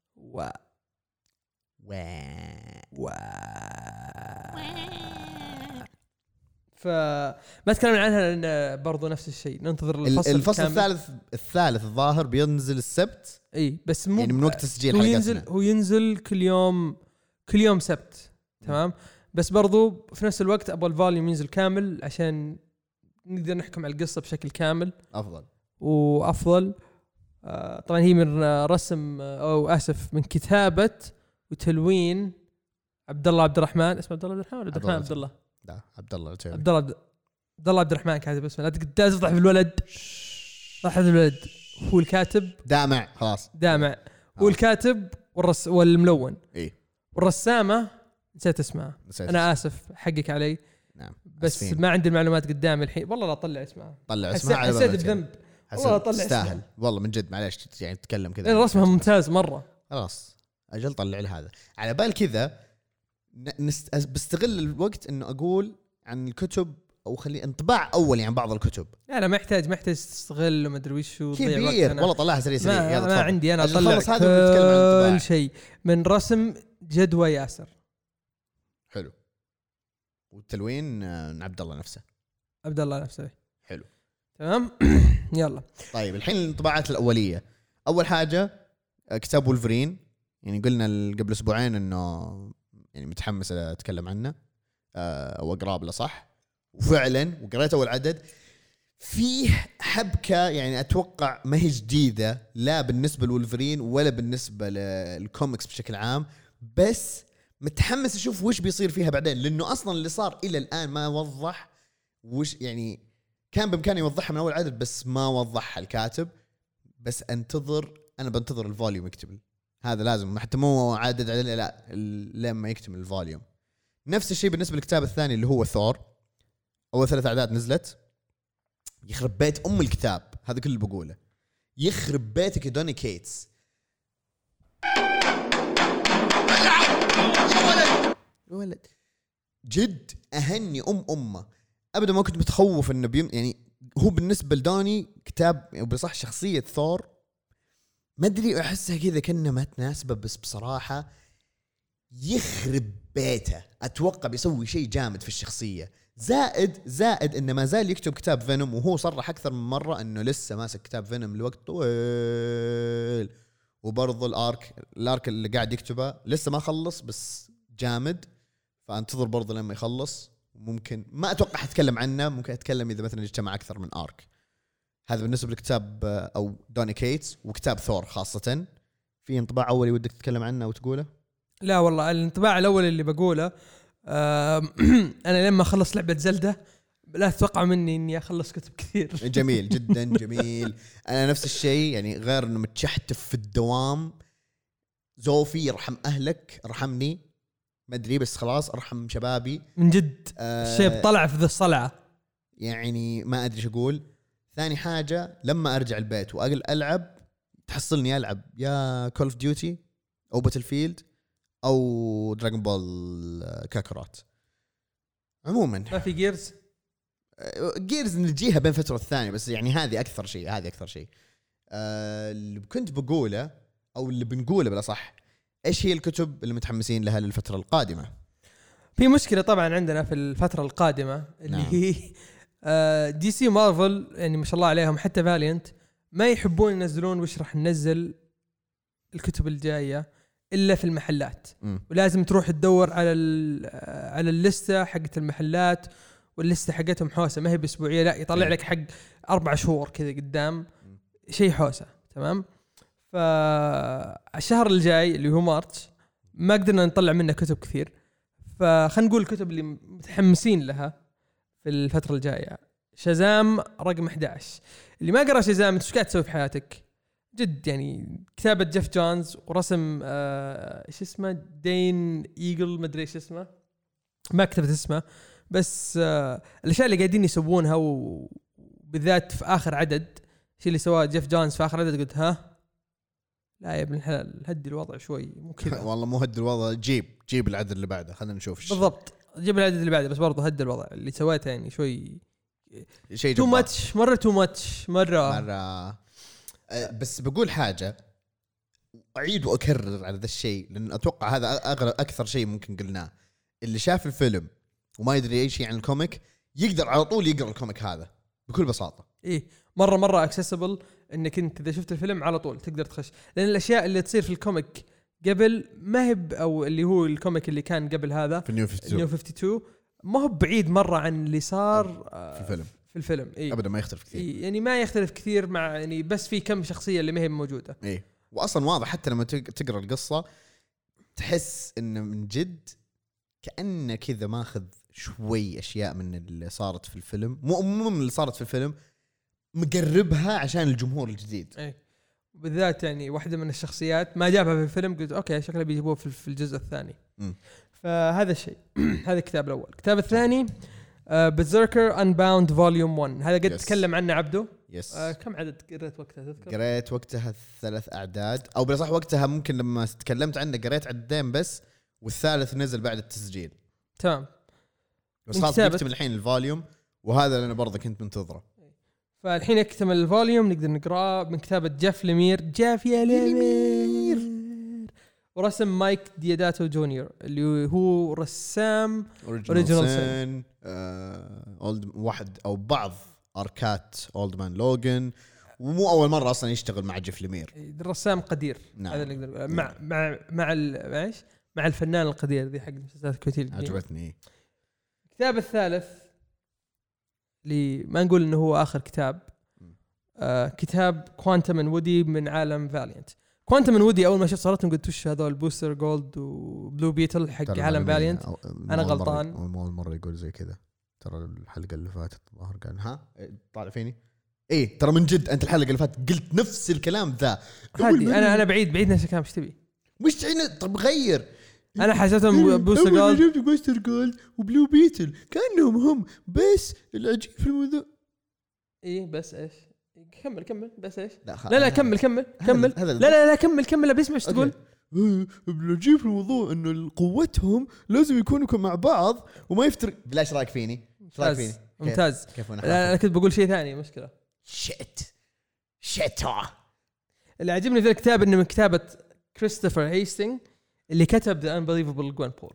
فما اتكلم عنها لان برضو نفس الشيء، ننتظر الفصل الثالث الظاهر بينزل السبت. اي بس مو يعني من وقت تسجيل حلقتنا هو ينزل كل يوم سبت. تمام. بس برضو في نفس الوقت ابغى الفوليوم ينزل كامل عشان نقدر نحكم على القصه بشكل كامل وافضل. طبعا هي من رسم او اسف من كتابه وتلوين عبد الرحمن. اسمه عبد الله عبد الرحمن عبد الله. لا عبد الله عبد الرحمن كاتب اسمه، لا تفضح في الولد. راح الولد هو الكاتب دامع، خلاص دامع هو الكاتب والملون. اي والرسامه نسيت اسمها. انا اسف حقك علي. نعم بس ما عندي المعلومات قدامي الحين والله. لا طلع اسمها حسيت بذنب والله طلع تستاهل والله من جد. معليش يعني تتكلم كذا رسمها ممتاز مره. خلاص اجل طلع لي هذا على بال كذا. بستغل الوقت انه اقول عن الكتب او خلي انطباع اولي عن بعض الكتب. لا ما يحتاج تستغل وما ادري وش وتضيع وقت. كبير والله طلعها سريع. ما عندي انا اطلع كل شيء من رسم جدوى ياسر. حلو. والتلوين عبد الله نفسه. حلو تمام. يلا طيب الحين الانطباعات الأولية. أول حاجة كتاب وولفرين، يعني قلنا قبل أسبوعين إنه يعني متحمس أتكلم عنه أو أقرأ له صح، وفعلا وقرأت أول عدد. فيه حبكة يعني أتوقع ما هي جديدة لا بالنسبة لولفرين ولا بالنسبة للكوميكس بشكل عام، بس متحمس أشوف وش بيصير فيها بعدين، لأنه أصلا اللي صار إلى الآن ما وضح وش يعني كان بإمكانه يوضحها من أول عدد بس ما وضحها الكاتب. بس أنا بنتظر الفوليوم يكتمل، هذا لازم، حتى مو عدد لا لما يكتمل الفوليوم. نفس الشيء بالنسبة للكتاب الثاني اللي هو ثور، أول 3 أعداد نزلت. يخرب بيت أم الكتاب، هذا كل اللي بقوله. يخرب بيتك يا دوني كيتس. ولد جد أهني أمه. أبدا ما كنت متخوف إنه يعني هو بالنسبة لدوني كتاب بصح شخصية ثور ما أدري أحسها كذا كأنه ما تناسبه، بس بصراحة يخرب بيته. أتوقع بيسوي شيء جامد في الشخصية. زائد إنه ما زال يكتب كتاب فينوم، وهو صرح أكثر من مرة إنه لسه ماسك كتاب فينوم لوقت طويل، وبرضه الارك اللي قاعد يكتبه لسه ما خلص بس جامد. فانتظر برضه لما يخلص، ممكن ما أتوقع حتكلم عنه، ممكن أتكلم إذا مثلا اجتمع أكثر من آرك. هذا بالنسبة لكتاب أو دوني كيتس. وكتاب ثور خاصة، في انطباع أولي ودك تتكلم عنه وتقوله؟ لا والله الانطباع الأول اللي بقوله أنا لما أخلص لعبة زلدة لا تتوقع مني إني أخلص كتب كثير. جميل جدا جميل. أنا نفس الشيء، يعني غير إنه متشحتف في الدوام. زوفي يرحم أهلك، ارحمني ما أدري بس خلاص ارحم شبابي من جد. الشيب طلع في ذا الصلعة، يعني ما أدري شو أقول. ثاني حاجة لما أرجع البيت وأقل ألعب، تحصلني ألعب يا كول اوف ديوتي أو باتل فيلد أو دراغون بول كاكرات. عموما ما في جيرز نجيها بين فترة والثانية، بس يعني هذه أكثر شيء. اللي كنت بقوله أو اللي بنقوله بلا صح، إيش هي الكتب اللي متحمسين لها للفترة القادمة؟ في مشكلة طبعا عندنا في الفترة القادمة اللي هي دي سي مارفل، يعني ما شاء الله عليهم، حتى فاليانت ما يحبون ينزلون وش راح ننزل الكتب الجاية إلا في المحلات. ولازم تروح تدور على اللستة حقت المحلات، واللستة حقتهم حوسة، ما هي بأسبوعية، لا يطلع لك حق 4 شهور كذا قدام، شيء حوسة. تمام. فالشهر الجاي اللي هو مارس ما قدرنا نطلع منه كتب كثير، فخلينا نقول الكتب اللي متحمسين لها في الفترة الجاية. شازام رقم 11. اللي ما قرأ شازام انت ايش قاعد تسوي في حياتك؟ جد يعني كتابة جيف جونز ورسم ايش اسمه دين ايجل، ما ادري ايش اسمه، ما كتبت اسمه، بس الاشياء اللي قاعدين يسوونها، وبالذات في اخر عدد الشيء اللي سواه جيف جونز في اخر عدد، قلت ها لا يا ابن الحلال هدي الوضع شوي، مو كذا. والله مو هدي الوضع، جيب العدد اللي بعده، خلينا نشوف بالضبط. جيب العدد اللي بعده، بس برضه هدي الوضع اللي سويته، يعني شيء تو ماتش، مرة. بس بقول حاجة أعيد وأكرر على ذا الشيء، لأن أتوقع هذا أكثر شيء ممكن قلناه. اللي شاف الفيلم وما يدري أي شيء عن الكوميك يقدر على طول يقرأ الكوميك هذا بكل بساطة. إيه مرة اكسسبل، إنك أنت إذا شفت الفيلم على طول تقدر تخش، لأن الأشياء اللي تصير في الكوميك قبل ما هي أو اللي هو الكوميك اللي كان قبل هذا في نيو 52 ما هو بعيد مرة عن اللي صار في الفيلم. إيه؟ أبدا ما يختلف كثير. إيه؟ يعني ما يختلف كثير، مع يعني بس في كم شخصية اللي ما هي موجودة. إيه؟ وأصلا واضح حتى لما تقرأ القصة تحس إنه من جد كأنه كذا ماخذ شوي أشياء من اللي صارت في الفيلم، مو من اللي صارت في الفيلم، مقربها عشان الجمهور الجديد. إيه؟ بالذات يعني واحدة من الشخصيات ما جابها في الفيلم، قلت أوكي شكله بيجيبوه في الجزء الثاني. فهذا الشيء. هذا الكتاب الأول. الكتاب الثاني Berserker Unbound Volume 1. هذا قد تكلم عنه عبده. يس. كم عدد قريت وقتها تذكر؟ قريت وقتها 3 أعداد أو بصح وقتها ممكن لما تكلمت عنه قريت عددين بس، والثالث نزل بعد التسجيل. تمام. بس خلاص بكتب الحين الفوليوم، وهذا اللي أنا برضه كنت منتظره. فالحين اكتمل الفوليوم نقدر نقراه من كتابة جيف ليمير. جيف يا ليمير. ورسم مايك دياداتو جونيور اللي هو رسام اوريجينال سين. واحد او بعض اركات اولد مان لوجن، ومو اول مره اصلا يشتغل مع جيف ليمير. الرسام قدير. نعم. هذا اللي نقدر مع الفنان القدير ذي حق مسلسلات كويتيل. عجبتني. الكتاب الثالث اللي ما نقول انه هو اخر كتاب، كتاب كوانتم اند وودي من عالم فاليانت. كوانتم اند وودي اول ما شفت صورتهم قلت وش هذول بوستر جولد وبلو بيتل حق عالم فاليانت. انا غلطان. اول مره يقول زي كذا. ترى الحلقه اللي فاتت الظاهر قال ها طالع فيني. ايه ترى من جد انت الحلقه اللي فاتت قلت نفس الكلام ذا. انا بعيد نفس الكلام. ايش تبي؟ مش تعين؟ طب غير. انا حسيتهم بوستر جولد. شفت بوستر جولد وبلو بيتل كانهم هم، بس العجيب في الموضوع ايه بس ايش؟ كمل بس ايش؟ لا كمل لا كمل بسمع ايش تقول. العجيب في الموضوع انه قوتهم لازم يكونوا مع بعض وما يفترق. بلاش رايك فيني. ايش رايك فيني؟ ممتاز. كيف انا كنت بقول شيء ثاني. مشكله شيت اللي عجبني في الكتاب انه من كتابه كريستوفر هيستينج اللي كتب ذا انبليفبل جوين بول.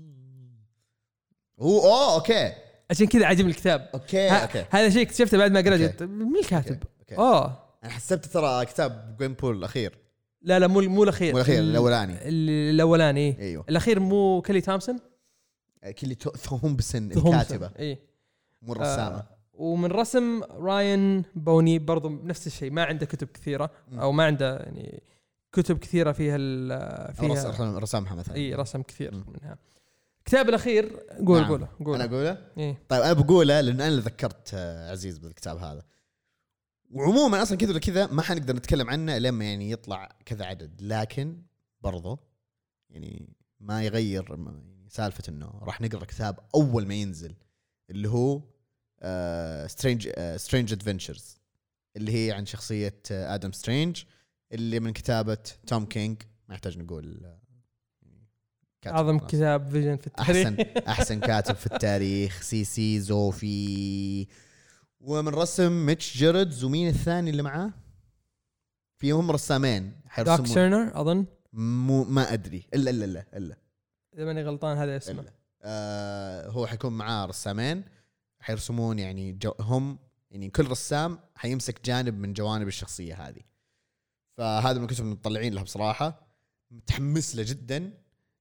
هو اوكي عشان كذا عجبني الكتاب. اوكي هذا شيء اكتشفته بعد ما قرأت. مين الكاتب؟ انا حسبت ترى كتاب جوين بول الاخير. لا مو الاخير. الاولاني. ايوه الاخير مو كيلي تومسون. كيلي تومسون الكاتبه. ايه مو الرسامه. ومن رسم راين بوني برضو نفس الشيء. ما عنده كتب كثيره او ما عنده يعني كتب كثيره فيها رسمها مثلا. اي رسم كثير منها. الكتاب الاخير قول. انا اقوله. إيه؟ طيب انا بقوله لان انا اللي ذكرت عزيز بالكتاب هذا. وعموما اصلا كذا ولا كذا ما حنقدر نتكلم عنه لما يعني يطلع كذا عدد، لكن برضه يعني ما يغير يعني سالفه انه راح نقرا كتاب اول ما ينزل اللي هو سترينج ادفنتشرز، اللي هي عن شخصيه ادم سترينج اللي من كتابه توم كينج. ما يحتاج نقول أعظم كتاب فيجن في التاريخ. أحسن كاتب في التاريخ. سي زوفي. ومن رسم ميتش جيردز. ومين الثاني اللي معاه؟ فيهم رسامين داك سيرنر أظن. ما أدري إلا إذا ماني غلطان هذا اسمه. هو حيكون معاه رسامين حيرسمون يعني هم يعني كل رسام حيمسك جانب من جوانب الشخصية هذه. فهذا من الكتب المطلعين لها بصراحة. متحمس له جدا.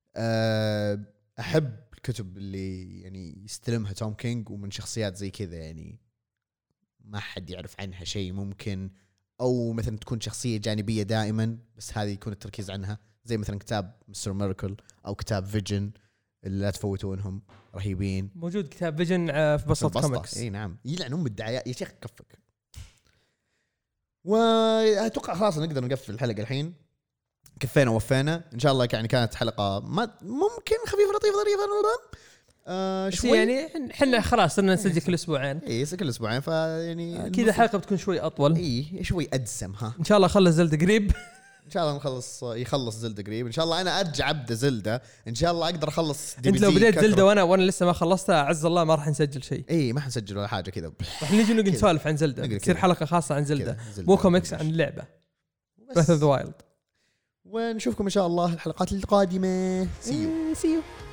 أحب الكتب اللي يعني يستلمها توم كينج ومن شخصيات زي كذا يعني ما حد يعرف عنها شيء ممكن، أو مثلا تكون شخصية جانبية دائما بس هذه يكون التركيز عنها، زي مثلا كتاب مستر ميراكل أو كتاب فيجن اللي لا تفوتونهم رهيبين. موجود كتاب فيجن في بسط كوميكس. اي نعم يلعنون بالدعايات يا شيخ كفك. وأتوقع خلاص نقدر نقفل الحلقة الحين. كفينا ووفينا ان شاء الله. يعني كانت حلقه ما ممكن خفيفه لطيفه ظريفه شوي يعني احنا خلاص صرنا نسجل كل اسبوعين. اي كل اسبوعين فيعني كذا حلقه بتكون شوي اطول. اي شوي ادسم. ها ان شاء الله نخلص زلدة قريب. ان شاء الله يخلص زلدة قريب ان شاء الله. انا ارجع ابدا زلدة ان شاء الله اقدر اخلص انت لو بديت زلدة وانا لسه ما خلصتها عز الله ما راح نسجل شيء. اي ما حنسجل ولا حاجه كذا. راح نجي نسولف عن زلدة. تصير حلقه خاصه عن زلدة مو كوميكس عن اللعبه Breath of the Wild. ونشوفكم إن شاء الله الحلقات القادمة. See you.